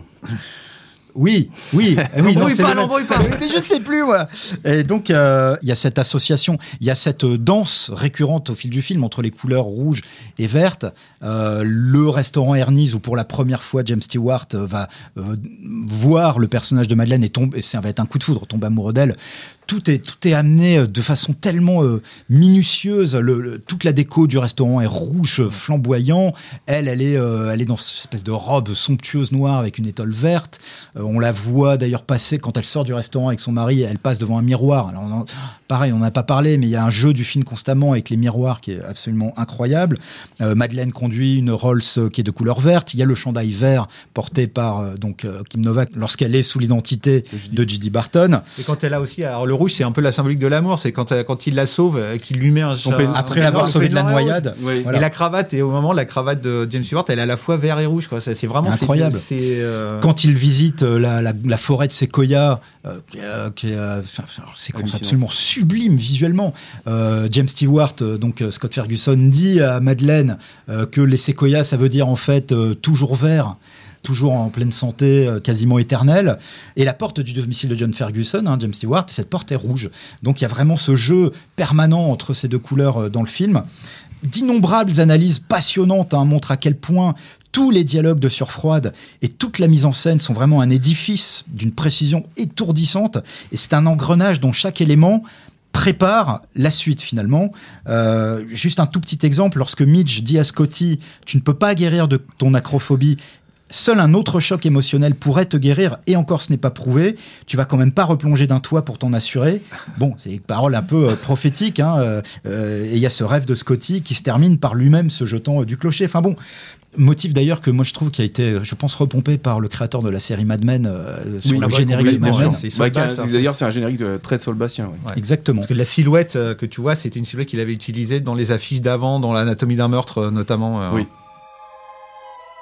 Oui, oui, oui, non, c'est pas, l'embrouille pas. Mais je sais plus, voilà. Et donc, il euh, y a cette association, il y a cette danse récurrente au fil du film entre les couleurs rouges et vertes. Euh, le restaurant Ernie's où pour la première fois James Stewart va euh, voir le personnage de Madeleine et tombe, et ça va être un coup de foudre, tombe amoureux d'elle. Tout est, tout est amené de façon tellement euh, minutieuse. Le, le, toute la déco du restaurant est rouge, flamboyant. Elle, elle est, euh, elle est dans cette espèce de robe somptueuse noire avec une étole verte. Euh, on la voit d'ailleurs passer quand elle sort du restaurant avec son mari. Elle passe devant un miroir. Alors, on en, pareil, on n'en a pas parlé, mais il y a un jeu du film constamment avec les miroirs qui est absolument incroyable. Euh, Madeleine conduit une Rolls qui est de couleur verte. Il y a le chandail vert porté par euh, donc euh, Kim Novak lorsqu'elle est sous l'identité de Judy Barton. Et quand elle a aussi, alors le rouge, c'est un peu la symbolique de l'amour. C'est quand, quand il la sauve, qu'il lui met un Son un, après l'avoir sauvé de la noyade. Oui. Voilà. Et la cravate, et au moment la cravate de James Stewart, elle est à la fois vert et rouge. Quoi. Ça, c'est vraiment incroyable. C'est, c'est, euh... Quand il visite la, la, la forêt de séquoia, euh, qui est euh, c'est absolument sublime visuellement. Euh, James Stewart, euh, donc euh, Scott Ferguson, dit à Madeleine euh, que les séquoias, ça veut dire en fait euh, toujours vert. Toujours en pleine santé, euh, quasiment éternelle. Et la porte du domicile de John Ferguson, hein, James Stewart, cette porte est rouge. Donc il y a vraiment ce jeu permanent entre ces deux couleurs euh, dans le film. D'innombrables analyses passionnantes hein, montrent à quel point tous les dialogues de Surfroide et toute la mise en scène sont vraiment un édifice d'une précision étourdissante. Et c'est un engrenage dont chaque élément prépare la suite finalement. Euh, juste un tout petit exemple, lorsque Midge dit à Scotty « Tu ne peux pas guérir de ton acrophobie », seul un autre choc émotionnel pourrait te guérir, et encore ce n'est pas prouvé. Tu vas quand même pas replonger d'un toit pour t'en assurer. Bon, c'est une parole un peu euh, prophétique, hein, euh, euh, et il y a ce rêve de Scotty qui se termine par lui-même se jetant euh, du clocher. Enfin bon, motif d'ailleurs que moi je trouve qui a été, je pense, repompé par le créateur de la série Mad Men euh, sur oui, le générique de Mad Men. Bah, basse, d'ailleurs, c'est un générique de, très de Saul Bastien. Ouais. Ouais. Exactement. Parce que la silhouette euh, que tu vois, c'était une silhouette qu'il avait utilisée dans les affiches d'avant, dans l'Anatomie d'un meurtre euh, notamment. Euh, oui.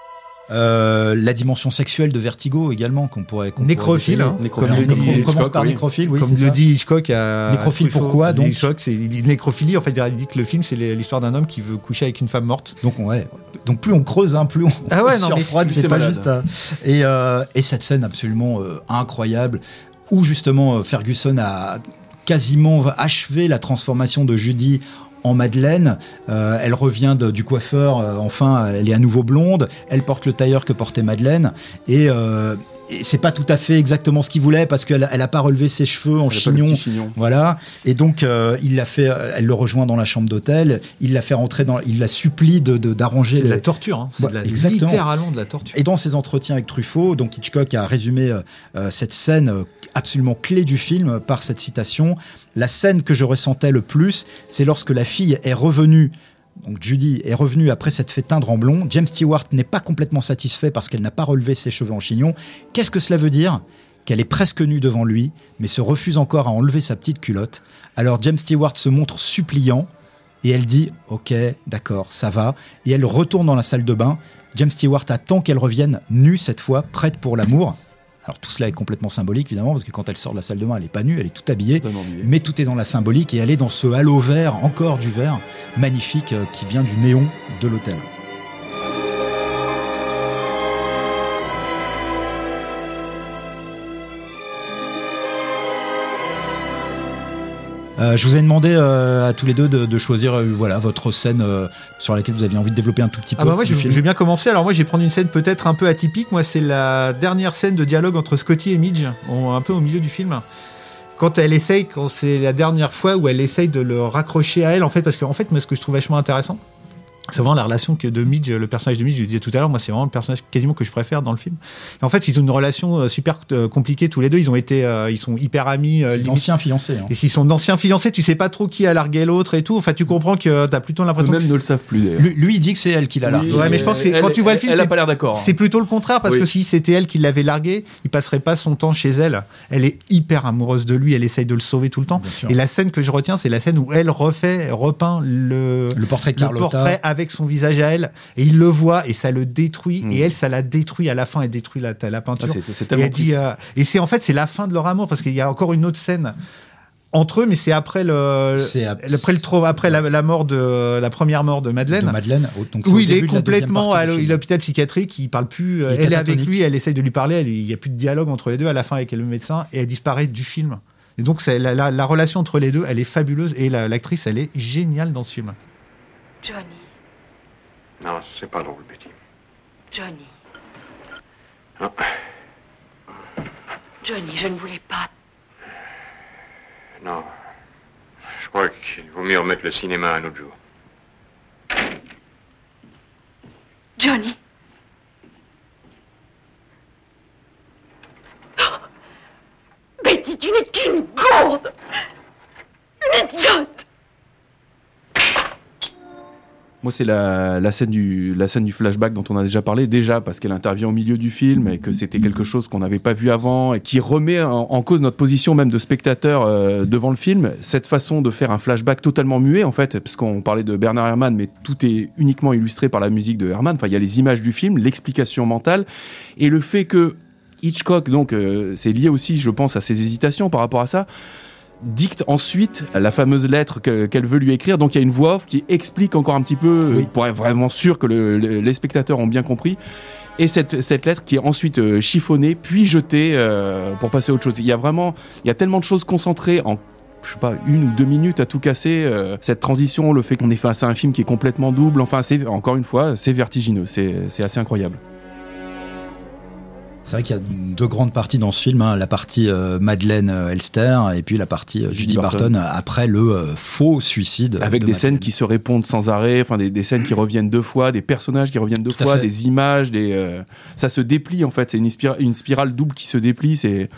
Euh, la dimension sexuelle de Vertigo également, qu'on pourrait. Qu'on nécrophile, pourrait hein, nécrophile. comme le dit on Hitchcock, commence par oui. nécrophile, oui, comme c'est le ça. dit Hitchcock à. Nécrophile, Truffaut. pourquoi donc Hitchcock, c'est nécrophilie. En fait, il dit que le film, c'est l'histoire d'un homme qui veut coucher avec une femme morte. Donc, ouais. Donc plus on creuse, hein, plus on. Ah ouais, non, mais surfroide, c'est, c'est pas malade. juste. À... Et, euh, et cette scène absolument euh, incroyable où justement euh, Ferguson a quasiment achevé la transformation de Judy en Madeleine. Euh, elle revient de, du coiffeur, euh, enfin, elle est à nouveau blonde, elle porte le tailleur que portait Madeleine, et, euh, et c'est pas tout à fait exactement ce qu'il voulait, parce qu'elle elle a pas relevé ses cheveux en Elle a chignon, pas le petit chignon. voilà, et donc euh, il l'a fait, elle le rejoint dans la chambre d'hôtel, il l'a fait rentrer dans, il la supplie de, de, d'arranger C'est de les... la torture, hein. C'est Ouais, de la, exactement. littéralement de la torture. Et dans ses entretiens avec Truffaut, donc Hitchcock a résumé euh, cette scène euh, absolument clé du film par cette citation. La scène que je ressentais le plus, c'est lorsque la fille est revenue, donc Judy est revenue après s'être fait teindre en blond. James Stewart n'est pas complètement satisfait parce qu'elle n'a pas relevé ses cheveux en chignon. Qu'est-ce que cela veut dire ? Qu'elle est presque nue devant lui, mais se refuse encore à enlever sa petite culotte. Alors James Stewart se montre suppliant et elle dit « Ok, d'accord, ça va ». Et elle retourne dans la salle de bain. James Stewart attend qu'elle revienne nue cette fois, prête pour l'amour. Alors tout cela est complètement symbolique évidemment, parce que quand elle sort de la salle de bain, elle n'est pas nue, elle est toute habillée, mais tout est dans la symbolique et elle est dans ce halo vert, encore du vert, magnifique, euh, qui vient du néon de l'hôtel. Euh, je vous ai demandé euh, à tous les deux de, de choisir euh, voilà, votre scène euh, sur laquelle vous aviez envie de développer un tout petit peu. Ah bah moi, je, le je film. vais bien commencer. Alors moi, je vais prendre une scène peut-être un peu atypique. Moi, c'est la dernière scène de dialogue entre Scotty et Midge, un peu au milieu du film. Quand elle essaye, quand c'est la dernière fois où elle essaye de le raccrocher à elle, en fait, parce qu'en fait, moi, ce que je trouve vachement intéressant, c'est vraiment la relation que de Midge, le personnage de Midge, je le disais tout à l'heure, moi c'est vraiment le personnage quasiment que je préfère dans le film. Et en fait, ils ont une relation super compliquée tous les deux, ils ont été, euh, ils sont hyper amis. C'est d'anciens fiancés. Hein. Et s'ils sont d'anciens fiancés, tu sais pas trop qui a largué l'autre et tout. Enfin, tu comprends que t'as plutôt l'impression. Eux-mêmes que ne le savent plus d'ailleurs. Lui, lui, il dit que c'est elle qui l'a Oui, largué. Ouais, mais je pense que elle, quand tu vois le film, elle c'est, a pas l'air d'accord. c'est plutôt le contraire, parce Oui. que si c'était elle qui l'avait largué, il passerait pas son temps chez elle. Elle est hyper amoureuse de lui, elle essaye de le sauver tout le temps. Bien sûr. Et la scène que je retiens, c'est la scène où elle refait, repeint le, Le portrait de le Carlotta. portrait avec son visage à elle, et il le voit et ça le détruit. Mm. Et elle, ça la détruit à la fin, elle détruit la, la peinture. Ah, c'est, c'est et tellement elle dit, triste. euh, et c'est en fait c'est la fin de leur amour, parce qu'il y a encore une autre scène entre eux, mais c'est après le, C'est ap- après le trop, après la, la mort de la première mort de Madeleine. De Madeleine. Donc, c'est au Oui, il est début de la deuxième complètement partie à du film. l'hôpital psychiatrique, il parle plus, Il est elle est avec catatonique. lui, elle essaye de lui parler, elle- il n'y a plus de dialogue entre les deux à la fin avec le médecin, et elle disparaît du film. Et donc c'est la, la, la relation entre les deux, elle est fabuleuse, et la, l'actrice, elle est géniale dans ce film. Johnny, Non, c'est pas drôle, Betty. Johnny, Non. Johnny, je ne voulais pas. Non. Je crois qu'il vaut mieux remettre le cinéma un autre jour. Johnny. Betty, tu n'es qu'une gourde. Une idiote. Moi, c'est la, la, scène du, la scène du flashback dont on a déjà parlé, déjà parce qu'elle intervient au milieu du film et que c'était quelque chose qu'on n'avait pas vu avant et qui remet en, en cause notre position même de spectateur euh, devant le film. Cette façon de faire un flashback totalement muet, en fait, parce qu'on parlait de Bernard Herrmann, mais tout est uniquement illustré par la musique de Herrmann. Enfin, il y a les images du film, l'explication mentale et le fait que Hitchcock, donc, euh, c'est lié aussi, je pense, à ses hésitations par rapport à ça, dicte ensuite la fameuse lettre que, qu'elle veut lui écrire. Donc il y a une voix off qui explique encore un petit peu, Oui. pour être vraiment sûr que le, le, les spectateurs ont bien compris. Et cette, cette lettre qui est ensuite euh, chiffonnée, puis jetée euh, pour passer à autre chose. Il y a vraiment, il y a tellement de choses concentrées en, je sais pas, une ou deux minutes à tout casser. Euh, cette transition, le fait qu'on est face à un film qui est complètement double. Enfin, c'est encore une fois, c'est vertigineux. C'est, c'est assez incroyable. C'est vrai qu'il y a deux grandes parties dans ce film, hein. La partie euh, Madeleine euh, Elster et puis la partie euh, Judy, Judy Barton, Barton. après le euh, faux suicide. Avec de des Madeleine. scènes qui se répondent sans arrêt, enfin des, des scènes qui reviennent deux fois, des personnages qui reviennent deux Tout à fois, fait. des images, des, euh, ça se déplie en fait. C'est une, spira- une spirale double qui se déplie. C'est,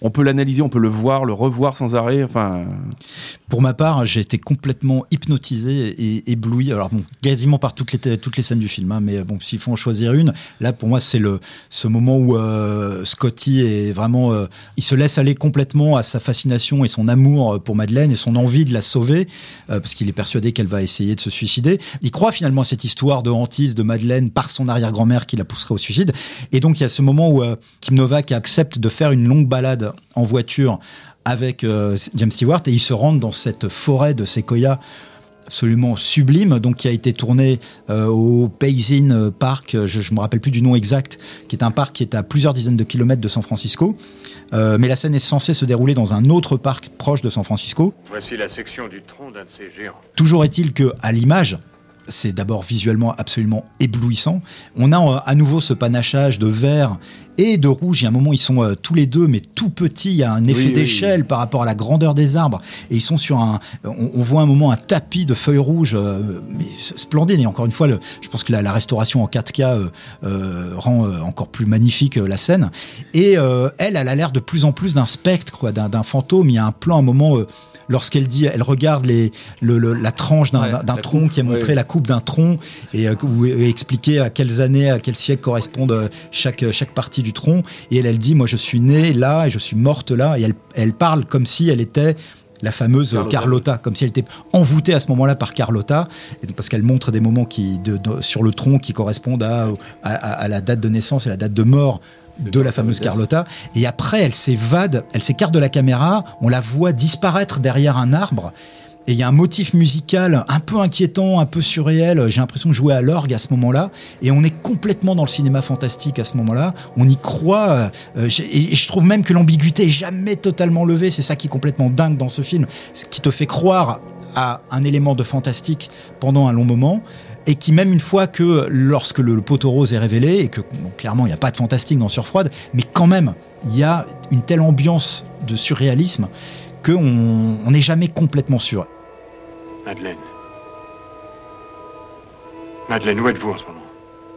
on peut l'analyser, on peut le voir, le revoir sans arrêt. Enfin, pour ma part, j'ai été complètement hypnotisé et ébloui. Alors bon, quasiment par toutes les toutes les scènes du film, hein, mais bon, s'il faut en choisir une, là pour moi c'est le ce moment où euh, Scotty est vraiment, euh, il se laisse aller complètement à sa fascination et son amour pour Madeleine et son envie de la sauver euh, parce qu'il est persuadé qu'elle va essayer de se suicider. Il croit finalement à cette histoire de hantise de Madeleine par son arrière-grand-mère qui la pousserait au suicide. Et donc il y a ce moment où euh, Kim Novak accepte de faire une longue balade en voiture avec euh, James Stewart et ils se rendent dans cette forêt de séquoia absolument sublime, donc qui a été tourné euh, au Payson Park, je, je me rappelle plus du nom exact, qui est un parc qui est à plusieurs dizaines de kilomètres de San Francisco, euh, mais la scène est censée se dérouler dans un autre parc proche de San Francisco. Voici la section du tronc d'un de ces géants. Toujours est-il que à l'image, c'est d'abord visuellement absolument éblouissant. On a euh, à nouveau ce panachage de vert et de rouge. Il y a un moment, ils sont euh, tous les deux, mais tout petits. Il y a un effet oui, d'échelle oui. par rapport à la grandeur des arbres. Et ils sont sur un... On, on voit un moment un tapis de feuilles rouges, euh, mais splendide. Et encore une fois, le, je pense que la, la restauration en quatre K euh, euh, rend euh, encore plus magnifique euh, la scène. Et euh, elle, elle a l'air de plus en plus d'un spectre, quoi, d'un, d'un fantôme. Il y a un plan, un moment... Euh, lorsqu'elle dit, elle regarde les, le, le, la tranche d'un, ouais, d'un tronc coupe, qui est montré, ouais. la coupe d'un tronc, et euh, où est expliqué à quelles années, à quel siècle correspondent chaque, chaque partie du tronc. Et elle, elle dit, moi je suis née là et je suis morte là. Et elle, elle parle comme si elle était la fameuse Carlotta. Carlotta, comme si elle était envoûtée à ce moment-là par Carlotta, et donc parce qu'elle montre des moments qui, de, de, sur le tronc qui correspondent à, à, à la date de naissance et la date de mort de, de la fameuse Carlotta. Et après, elle s'évade, elle s'écarte de la caméra, on la voit disparaître derrière un arbre. Et il y a un motif musical un peu inquiétant, un peu surréel. J'ai l'impression de jouer à l'orgue à ce moment-là. Et on est complètement dans le cinéma fantastique à ce moment-là. On y croit. Euh, et je trouve même que l'ambiguïté est jamais totalement levée. C'est ça qui est complètement dingue dans ce film. Ce qui te fait croire à un élément de fantastique pendant un long moment. Et qui, même une fois que, lorsque le, le poteau rose est révélé, et que bon, clairement il n'y a pas de fantastique dans Surfroide, mais quand même, il y a une telle ambiance de surréalisme qu'on n'est jamais complètement sûr. Madeleine. Madeleine, où êtes-vous en ce moment?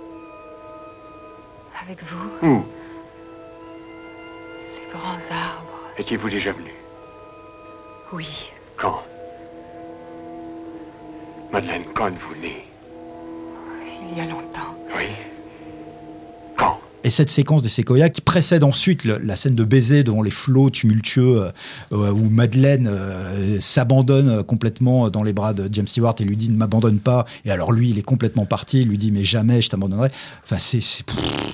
Avec vous. Où? Les grands arbres. Étiez-vous déjà venu? Oui. Quand? Madeleine, quand êtes-vous née? Il y a longtemps. Oui. Quand? Et cette séquence des séquoias qui précède ensuite le, la scène de baiser devant les flots tumultueux euh, où Madeleine euh, s'abandonne complètement dans les bras de James Stewart et lui dit ne m'abandonne pas. Et alors lui, il est complètement parti, il lui dit mais jamais je t'abandonnerai. Enfin, c'est... c'est...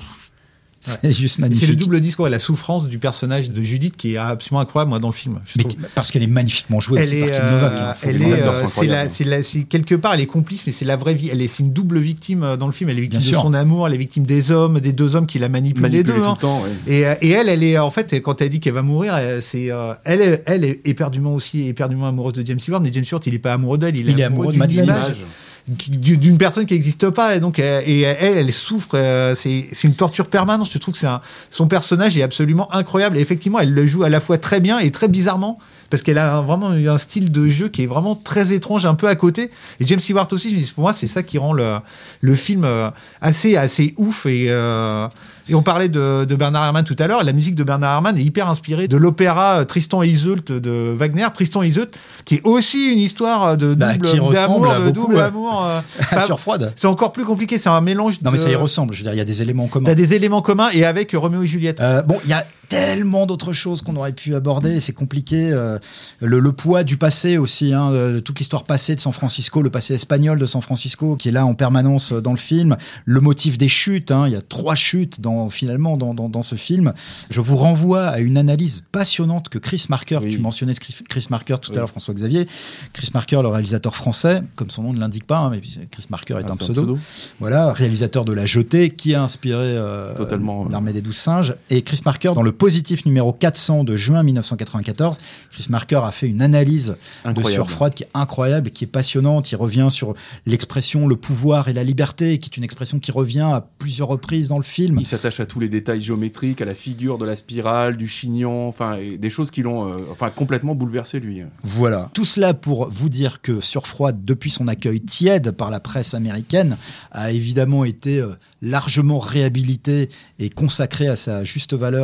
C'est ouais. juste magnifique. C'est le double discours et la souffrance du personnage de Judith qui est absolument incroyable, moi, dans le film. Mais parce qu'elle est magnifiquement jouée elle aussi est, par Kim Novak. Hein, elle est, euh, c'est la, c'est la, c'est quelque part, elle est complice, mais c'est la vraie vie. Elle est, c'est une double victime dans le film. Elle est victime Bien de sûr. son amour, elle est victime des hommes, des deux hommes qui la manipulent les deux. Tout hein. le temps, ouais. et, et elle, elle est, en fait, quand elle dit qu'elle va mourir, c'est, euh, elle, est, elle est éperdument aussi, éperdument amoureuse de James Stewart, mais James Stewart, il est pas amoureux d'elle, il, il est, est amoureux, amoureux de Madeleine. Image. D'une personne qui n'existe pas et donc et elle elle souffre, c'est c'est une torture permanente. Je trouve que c'est un, son personnage est absolument incroyable et effectivement elle le joue à la fois très bien et très bizarrement parce qu'elle a un, vraiment un style de jeu qui est vraiment très étrange, un peu à côté. Et James Stewart aussi, pour moi c'est ça qui rend le le film assez assez ouf et euh, et on parlait de, de Bernard Herrmann tout à l'heure. La musique de Bernard Herrmann est hyper inspirée de l'opéra Tristan et Iseult de Wagner. Tristan et Iseult, qui est aussi une histoire de bah, double d'amour, de double amour. Euh, Surfroide. C'est encore plus compliqué. C'est un mélange. Non, de... mais ça y ressemble. Je veux dire, il y a des éléments communs. T'as des éléments communs et avec Roméo et Juliette. Euh, bon, il y a tellement d'autres choses qu'on aurait pu aborder. C'est compliqué. Euh, le, le poids du passé aussi, hein, de toute l'histoire passée de San Francisco, le passé espagnol de San Francisco, qui est là en permanence dans le film. Le motif des chutes. Hein, il y a trois chutes dans finalement dans Dans, dans ce film. Je vous renvoie à une analyse passionnante que Chris Marker, oui. tu mentionnais Chris Marker tout oui. à l'heure, François-Xavier. Chris Marker, le réalisateur français, comme son nom ne l'indique pas, hein, mais Chris Marker est ah, un pseudo. pseudo. Voilà, réalisateur de La Jetée, qui a inspiré euh, Totalement, l'Armée ouais. des Douze Singes. Et Chris Marker, dans le positif numéro quatre cents de juin dix-neuf cent quatre-vingt-quatorze, Chris Marker a fait une analyse incroyable. de Surfroide qui est incroyable et qui est passionnante. Il revient sur l'expression le pouvoir et la liberté, qui est une expression qui revient à plusieurs reprises dans le film. Il s'attache à tous les détails géométrique, à la figure de la spirale, du chignon, enfin des choses qui l'ont euh, enfin complètement bouleversé lui. Voilà. Tout cela pour vous dire que Surfroide, depuis son accueil tiède par la presse américaine, a évidemment été euh, largement réhabilité et consacré à sa juste valeur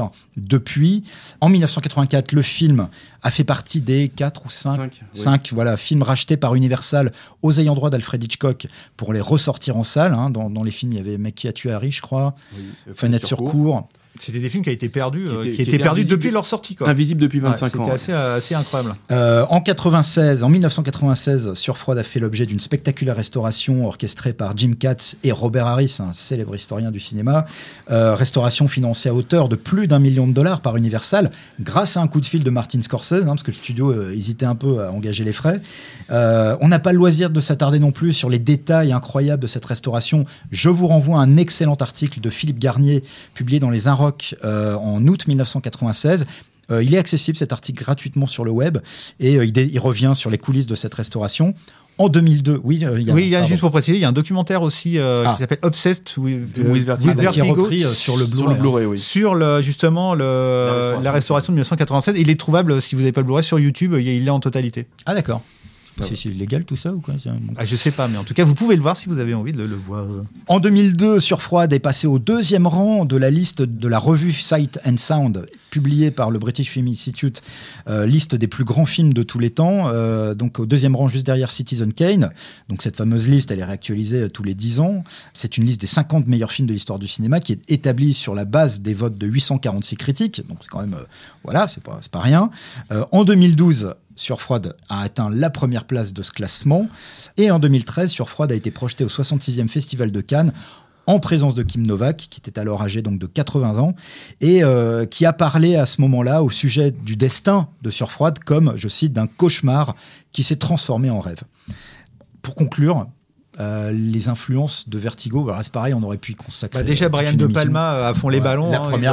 depuis. En dix-neuf cent quatre-vingt-quatre, le film a fait partie des quatre ou cinq, cinq oui. voilà, films rachetés par Universal aux ayants droit d'Alfred Hitchcock pour les ressortir en salle. Hein. Dans, dans les films, il y avait Mec qui a tué Harry, je crois, oui. Fenêtre sur cour. C'était des films qui ont été perdus, qui, était, qui étaient qui perdus depuis leur sortie. Quoi. Invisibles depuis vingt-cinq ouais, ans. C'était assez, euh, assez incroyable. Euh, en quatre-vingt-seize, en dix-neuf cent quatre-vingt-seize, Surfroid a fait l'objet d'une spectaculaire restauration orchestrée par Jim Katz et Robert Harris, un célèbre historien du cinéma. Euh, restauration financée à hauteur de plus d'un million de dollars par Universal, grâce à un coup de fil de Martin Scorsese, hein, parce que le studio euh, hésitait un peu à engager les frais. Euh, on n'a pas le loisir de s'attarder non plus sur les détails incroyables de cette restauration. Je vous renvoie à un excellent article de Philippe Garnier, publié dans Les Inrocks euh, en août dix-neuf cent quatre-vingt-seize. Euh, il est accessible, cet article, gratuitement sur le web, et euh, il, dé- il revient sur les coulisses de cette restauration. En deux mille deux, oui, euh, il y a, oui, il y a juste pour préciser, il y a un documentaire aussi euh, ah. qui s'appelle Obsessed with, euh, with Vertigo, with Vertigo qui est repris euh, sur le Blu-ray, sur le Blu-ray, oui. Sur le, justement le, la, restauration. la restauration de dix-neuf cent quatre-vingt-seize. Il est trouvable, si vous n'avez pas le Blu-ray, sur YouTube, il est en totalité. Ah d'accord. C'est, c'est légal tout ça ou quoi? C'est un... ah, je sais pas, mais en tout cas, vous pouvez le voir si vous avez envie de le voir. En deux mille deux, Surfroid est passé au deuxième rang de la liste de la revue Sight and Sound, publiée par le British Film Institute, euh, liste des plus grands films de tous les temps. Euh, donc au deuxième rang, juste derrière Citizen Kane. Donc cette fameuse liste, elle est réactualisée euh, tous les dix ans. C'est une liste des cinquante meilleurs films de l'histoire du cinéma qui est établie sur la base des votes de huit cent quarante-six critiques. Donc c'est quand même, euh, voilà, c'est pas, c'est pas rien. Euh, en deux mille douze, Surfroid a atteint la première place de ce classement. Et en deux mille treize, Surfroid a été projeté au soixante-sixième Festival de Cannes en présence de Kim Novak, qui était alors âgé donc de quatre-vingts ans, et euh, qui a parlé à ce moment-là au sujet du destin de Surfroid comme, je cite, d'un cauchemar qui s'est transformé en rêve. Pour conclure, Euh, les influences de Vertigo, alors c'est pareil, on aurait pu y consacrer. Bah déjà, Brian De Palma à fond les ouais, ballons. La hein, première,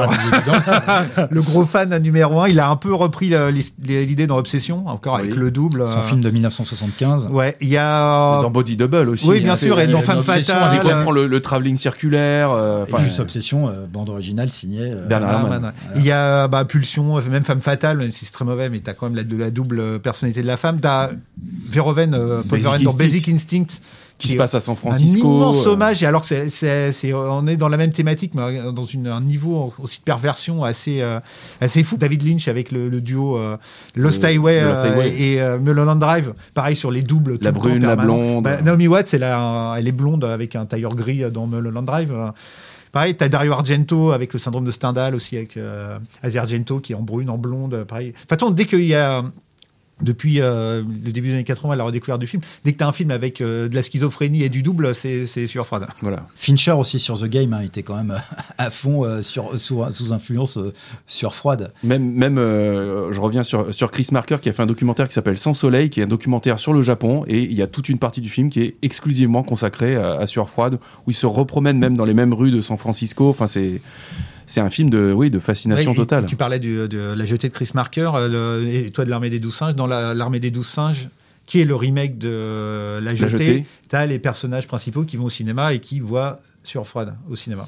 ont... le gros fan numéro un. Il a un peu repris la, l'idée dans Obsession, encore oui. avec le double. Son euh... film de dix-neuf cent soixante-quinze. Ouais, il y a. Dans Body Double aussi. Oui, bien hein, sûr, et dans Femme Fatale. Il reprend le, le travelling circulaire. Euh, et juste Obsession, euh, bande originale signée. Euh, Bernard Herrmann. Voilà. Il y a bah, Pulsion, même Femme Fatale, même si c'est très mauvais, mais t'as quand même la, de la double personnalité de la femme. T'as Verhoeven, euh, Paul Verhoeven dans Basic Instinct. Qui, qui se passe à San Francisco. Un immense hommage, et alors que c'est, c'est, c'est, on est dans la même thématique, mais dans une, un niveau aussi de perversion assez, euh, assez fou. David Lynch avec le, le duo euh, Lost le, Highway, le Lost Highway. Euh, et euh, Mulholland Drive, pareil sur les doubles. La brune, la blonde. Bah, Naomi Watts, elle, a, elle est blonde avec un tailleur gris dans Mulholland Drive. Pareil, t'as Dario Argento avec le syndrome de Stendhal aussi, avec euh, Asia Argento qui est en brune, en blonde, pareil. De toute façon, dès qu'il y a... Depuis euh, le début des années quatre-vingts, la redécouverte du film. Dès que tu as un film avec euh, de la schizophrénie et du double, c'est, c'est Surfroid. Voilà. Fincher aussi sur The Game hein, était quand même à fond euh, sur, sous, sous influence euh, Surfroid. Même, même euh, je reviens sur, sur Chris Marker qui a fait un documentaire qui s'appelle Sans Soleil, qui est un documentaire sur le Japon, et il y a toute une partie du film qui est exclusivement consacrée à, à Surfroid, où il se repromène même dans les mêmes rues de San Francisco. Enfin, c'est... C'est un film de, oui, de fascination oui, totale. Et, et tu parlais du, de La Jetée de Chris Marker, le, et toi de l'Armée des Douze Singes. Dans la, l'Armée des Douze Singes, qui est le remake de La Jetée, La Jetée. Tu as les personnages principaux qui vont au cinéma et qui voient Surfroid au cinéma.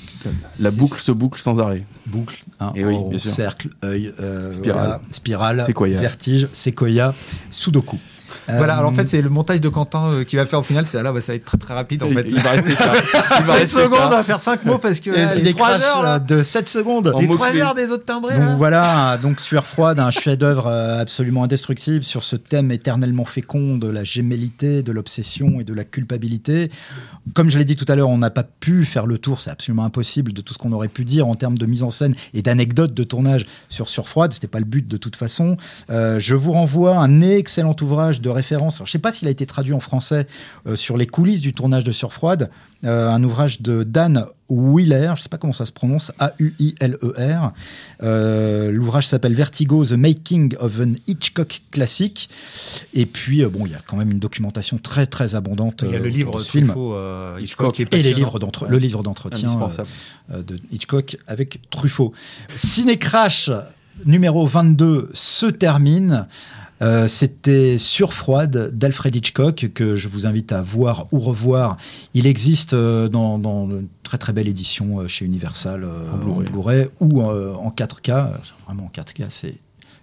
La c'est... boucle se boucle sans arrêt. Boucle, hein, et oui, bien sûr. Cercle, œil, euh, spirale, voilà, spirale Sequoia. Vertige, Sequoia, Sudoku. Voilà, alors en fait, c'est le montage de Quentin euh, qui va faire au final. C'est là, bah, ça va être très très rapide en il, fait. Il va rester ça. Il va sept rester secondes ça. à faire cinq mots parce que euh, les trois heures là, de sept secondes. Les trois heures des autres timbrés. Donc là. voilà, donc Surfroid, un chef-d'œuvre absolument indestructible sur ce thème éternellement fécond de la gémellité, de l'obsession et de la culpabilité. Comme je l'ai dit tout à l'heure, on n'a pas pu faire le tour, c'est absolument impossible, de tout ce qu'on aurait pu dire en termes de mise en scène et d'anecdotes de tournage sur Surfroid. C'était pas le but de toute façon. Euh, je vous renvoie un excellent ouvrage de référence. Alors, je sais pas s'il a été traduit en français euh, sur les coulisses du tournage de Surfroid, euh, un ouvrage de Dan Wheeler, je ne sais pas comment ça se prononce, A U I L E R. Euh, l'ouvrage s'appelle Vertigo, The Making of an Hitchcock Classic. Et puis, euh, bon, il y a quand même une documentation très, très abondante. Il y a le livre de ce film. Truffaut, euh, Hitchcock. Hitchcock et les livres d'entre... ouais. le livre d'entretien euh, de Hitchcock avec Truffaut. Ciné Crash numéro vingt-deux se termine. Euh, c'était Surfroid d'Alfred Hitchcock que je vous invite à voir ou revoir. Il existe euh, dans, dans une très très belle édition euh, chez Universal euh, en, Blu-ray. en Blu-ray ou euh, en quatre K. Vraiment en quatre K, c'est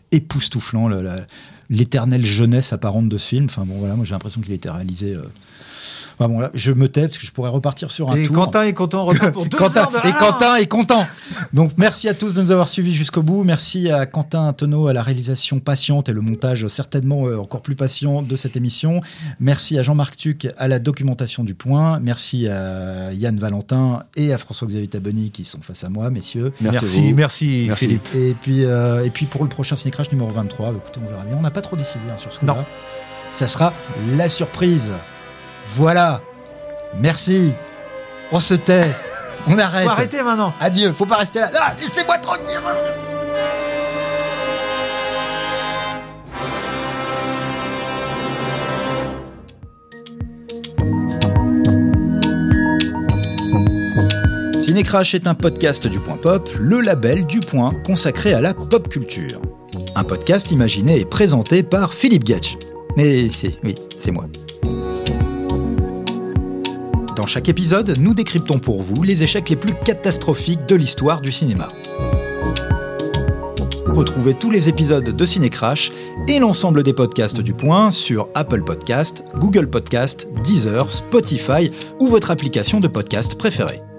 époustouflant, le, la, l'éternelle jeunesse apparente de ce film. Enfin bon, voilà, moi j'ai l'impression qu'il a été réalisé. Euh... Enfin, bon, là, je me tais parce que je pourrais repartir sur un et tour. Quentin est content, on repart pour deux Quentin, heures de... Et Quentin est content. Donc merci à tous de nous avoir suivis jusqu'au bout. Merci à Quentin Tenot à la réalisation patiente et le montage certainement euh, encore plus patient de cette émission. Merci à Jean-Marc Tuc à la documentation du Point. Merci à Yann Valentin et à François-Xavier Taboni qui sont face à moi, messieurs. Merci, merci, merci, merci Philippe. Et puis, euh, et puis pour le prochain Cinécrash numéro vingt-trois, écoutez, on verra bien. On n'a pas trop décidé hein, sur ce coup-là. Ça sera la surprise. Voilà. Merci. On se tait. On arrête. Faut arrêter maintenant. Adieu. Faut pas rester là. Ah, laissez-moi tranquille. Cinécrash est un podcast du Point Pop, le label du Point consacré à la pop culture. Un podcast imaginé et présenté par Philippe Getch. Et c'est, oui, c'est moi. Dans chaque épisode, nous décryptons pour vous les échecs les plus catastrophiques de l'histoire du cinéma. Retrouvez tous les épisodes de Cinécrash et l'ensemble des podcasts du Point sur Apple Podcasts, Google Podcasts, Deezer, Spotify ou votre application de podcast préférée.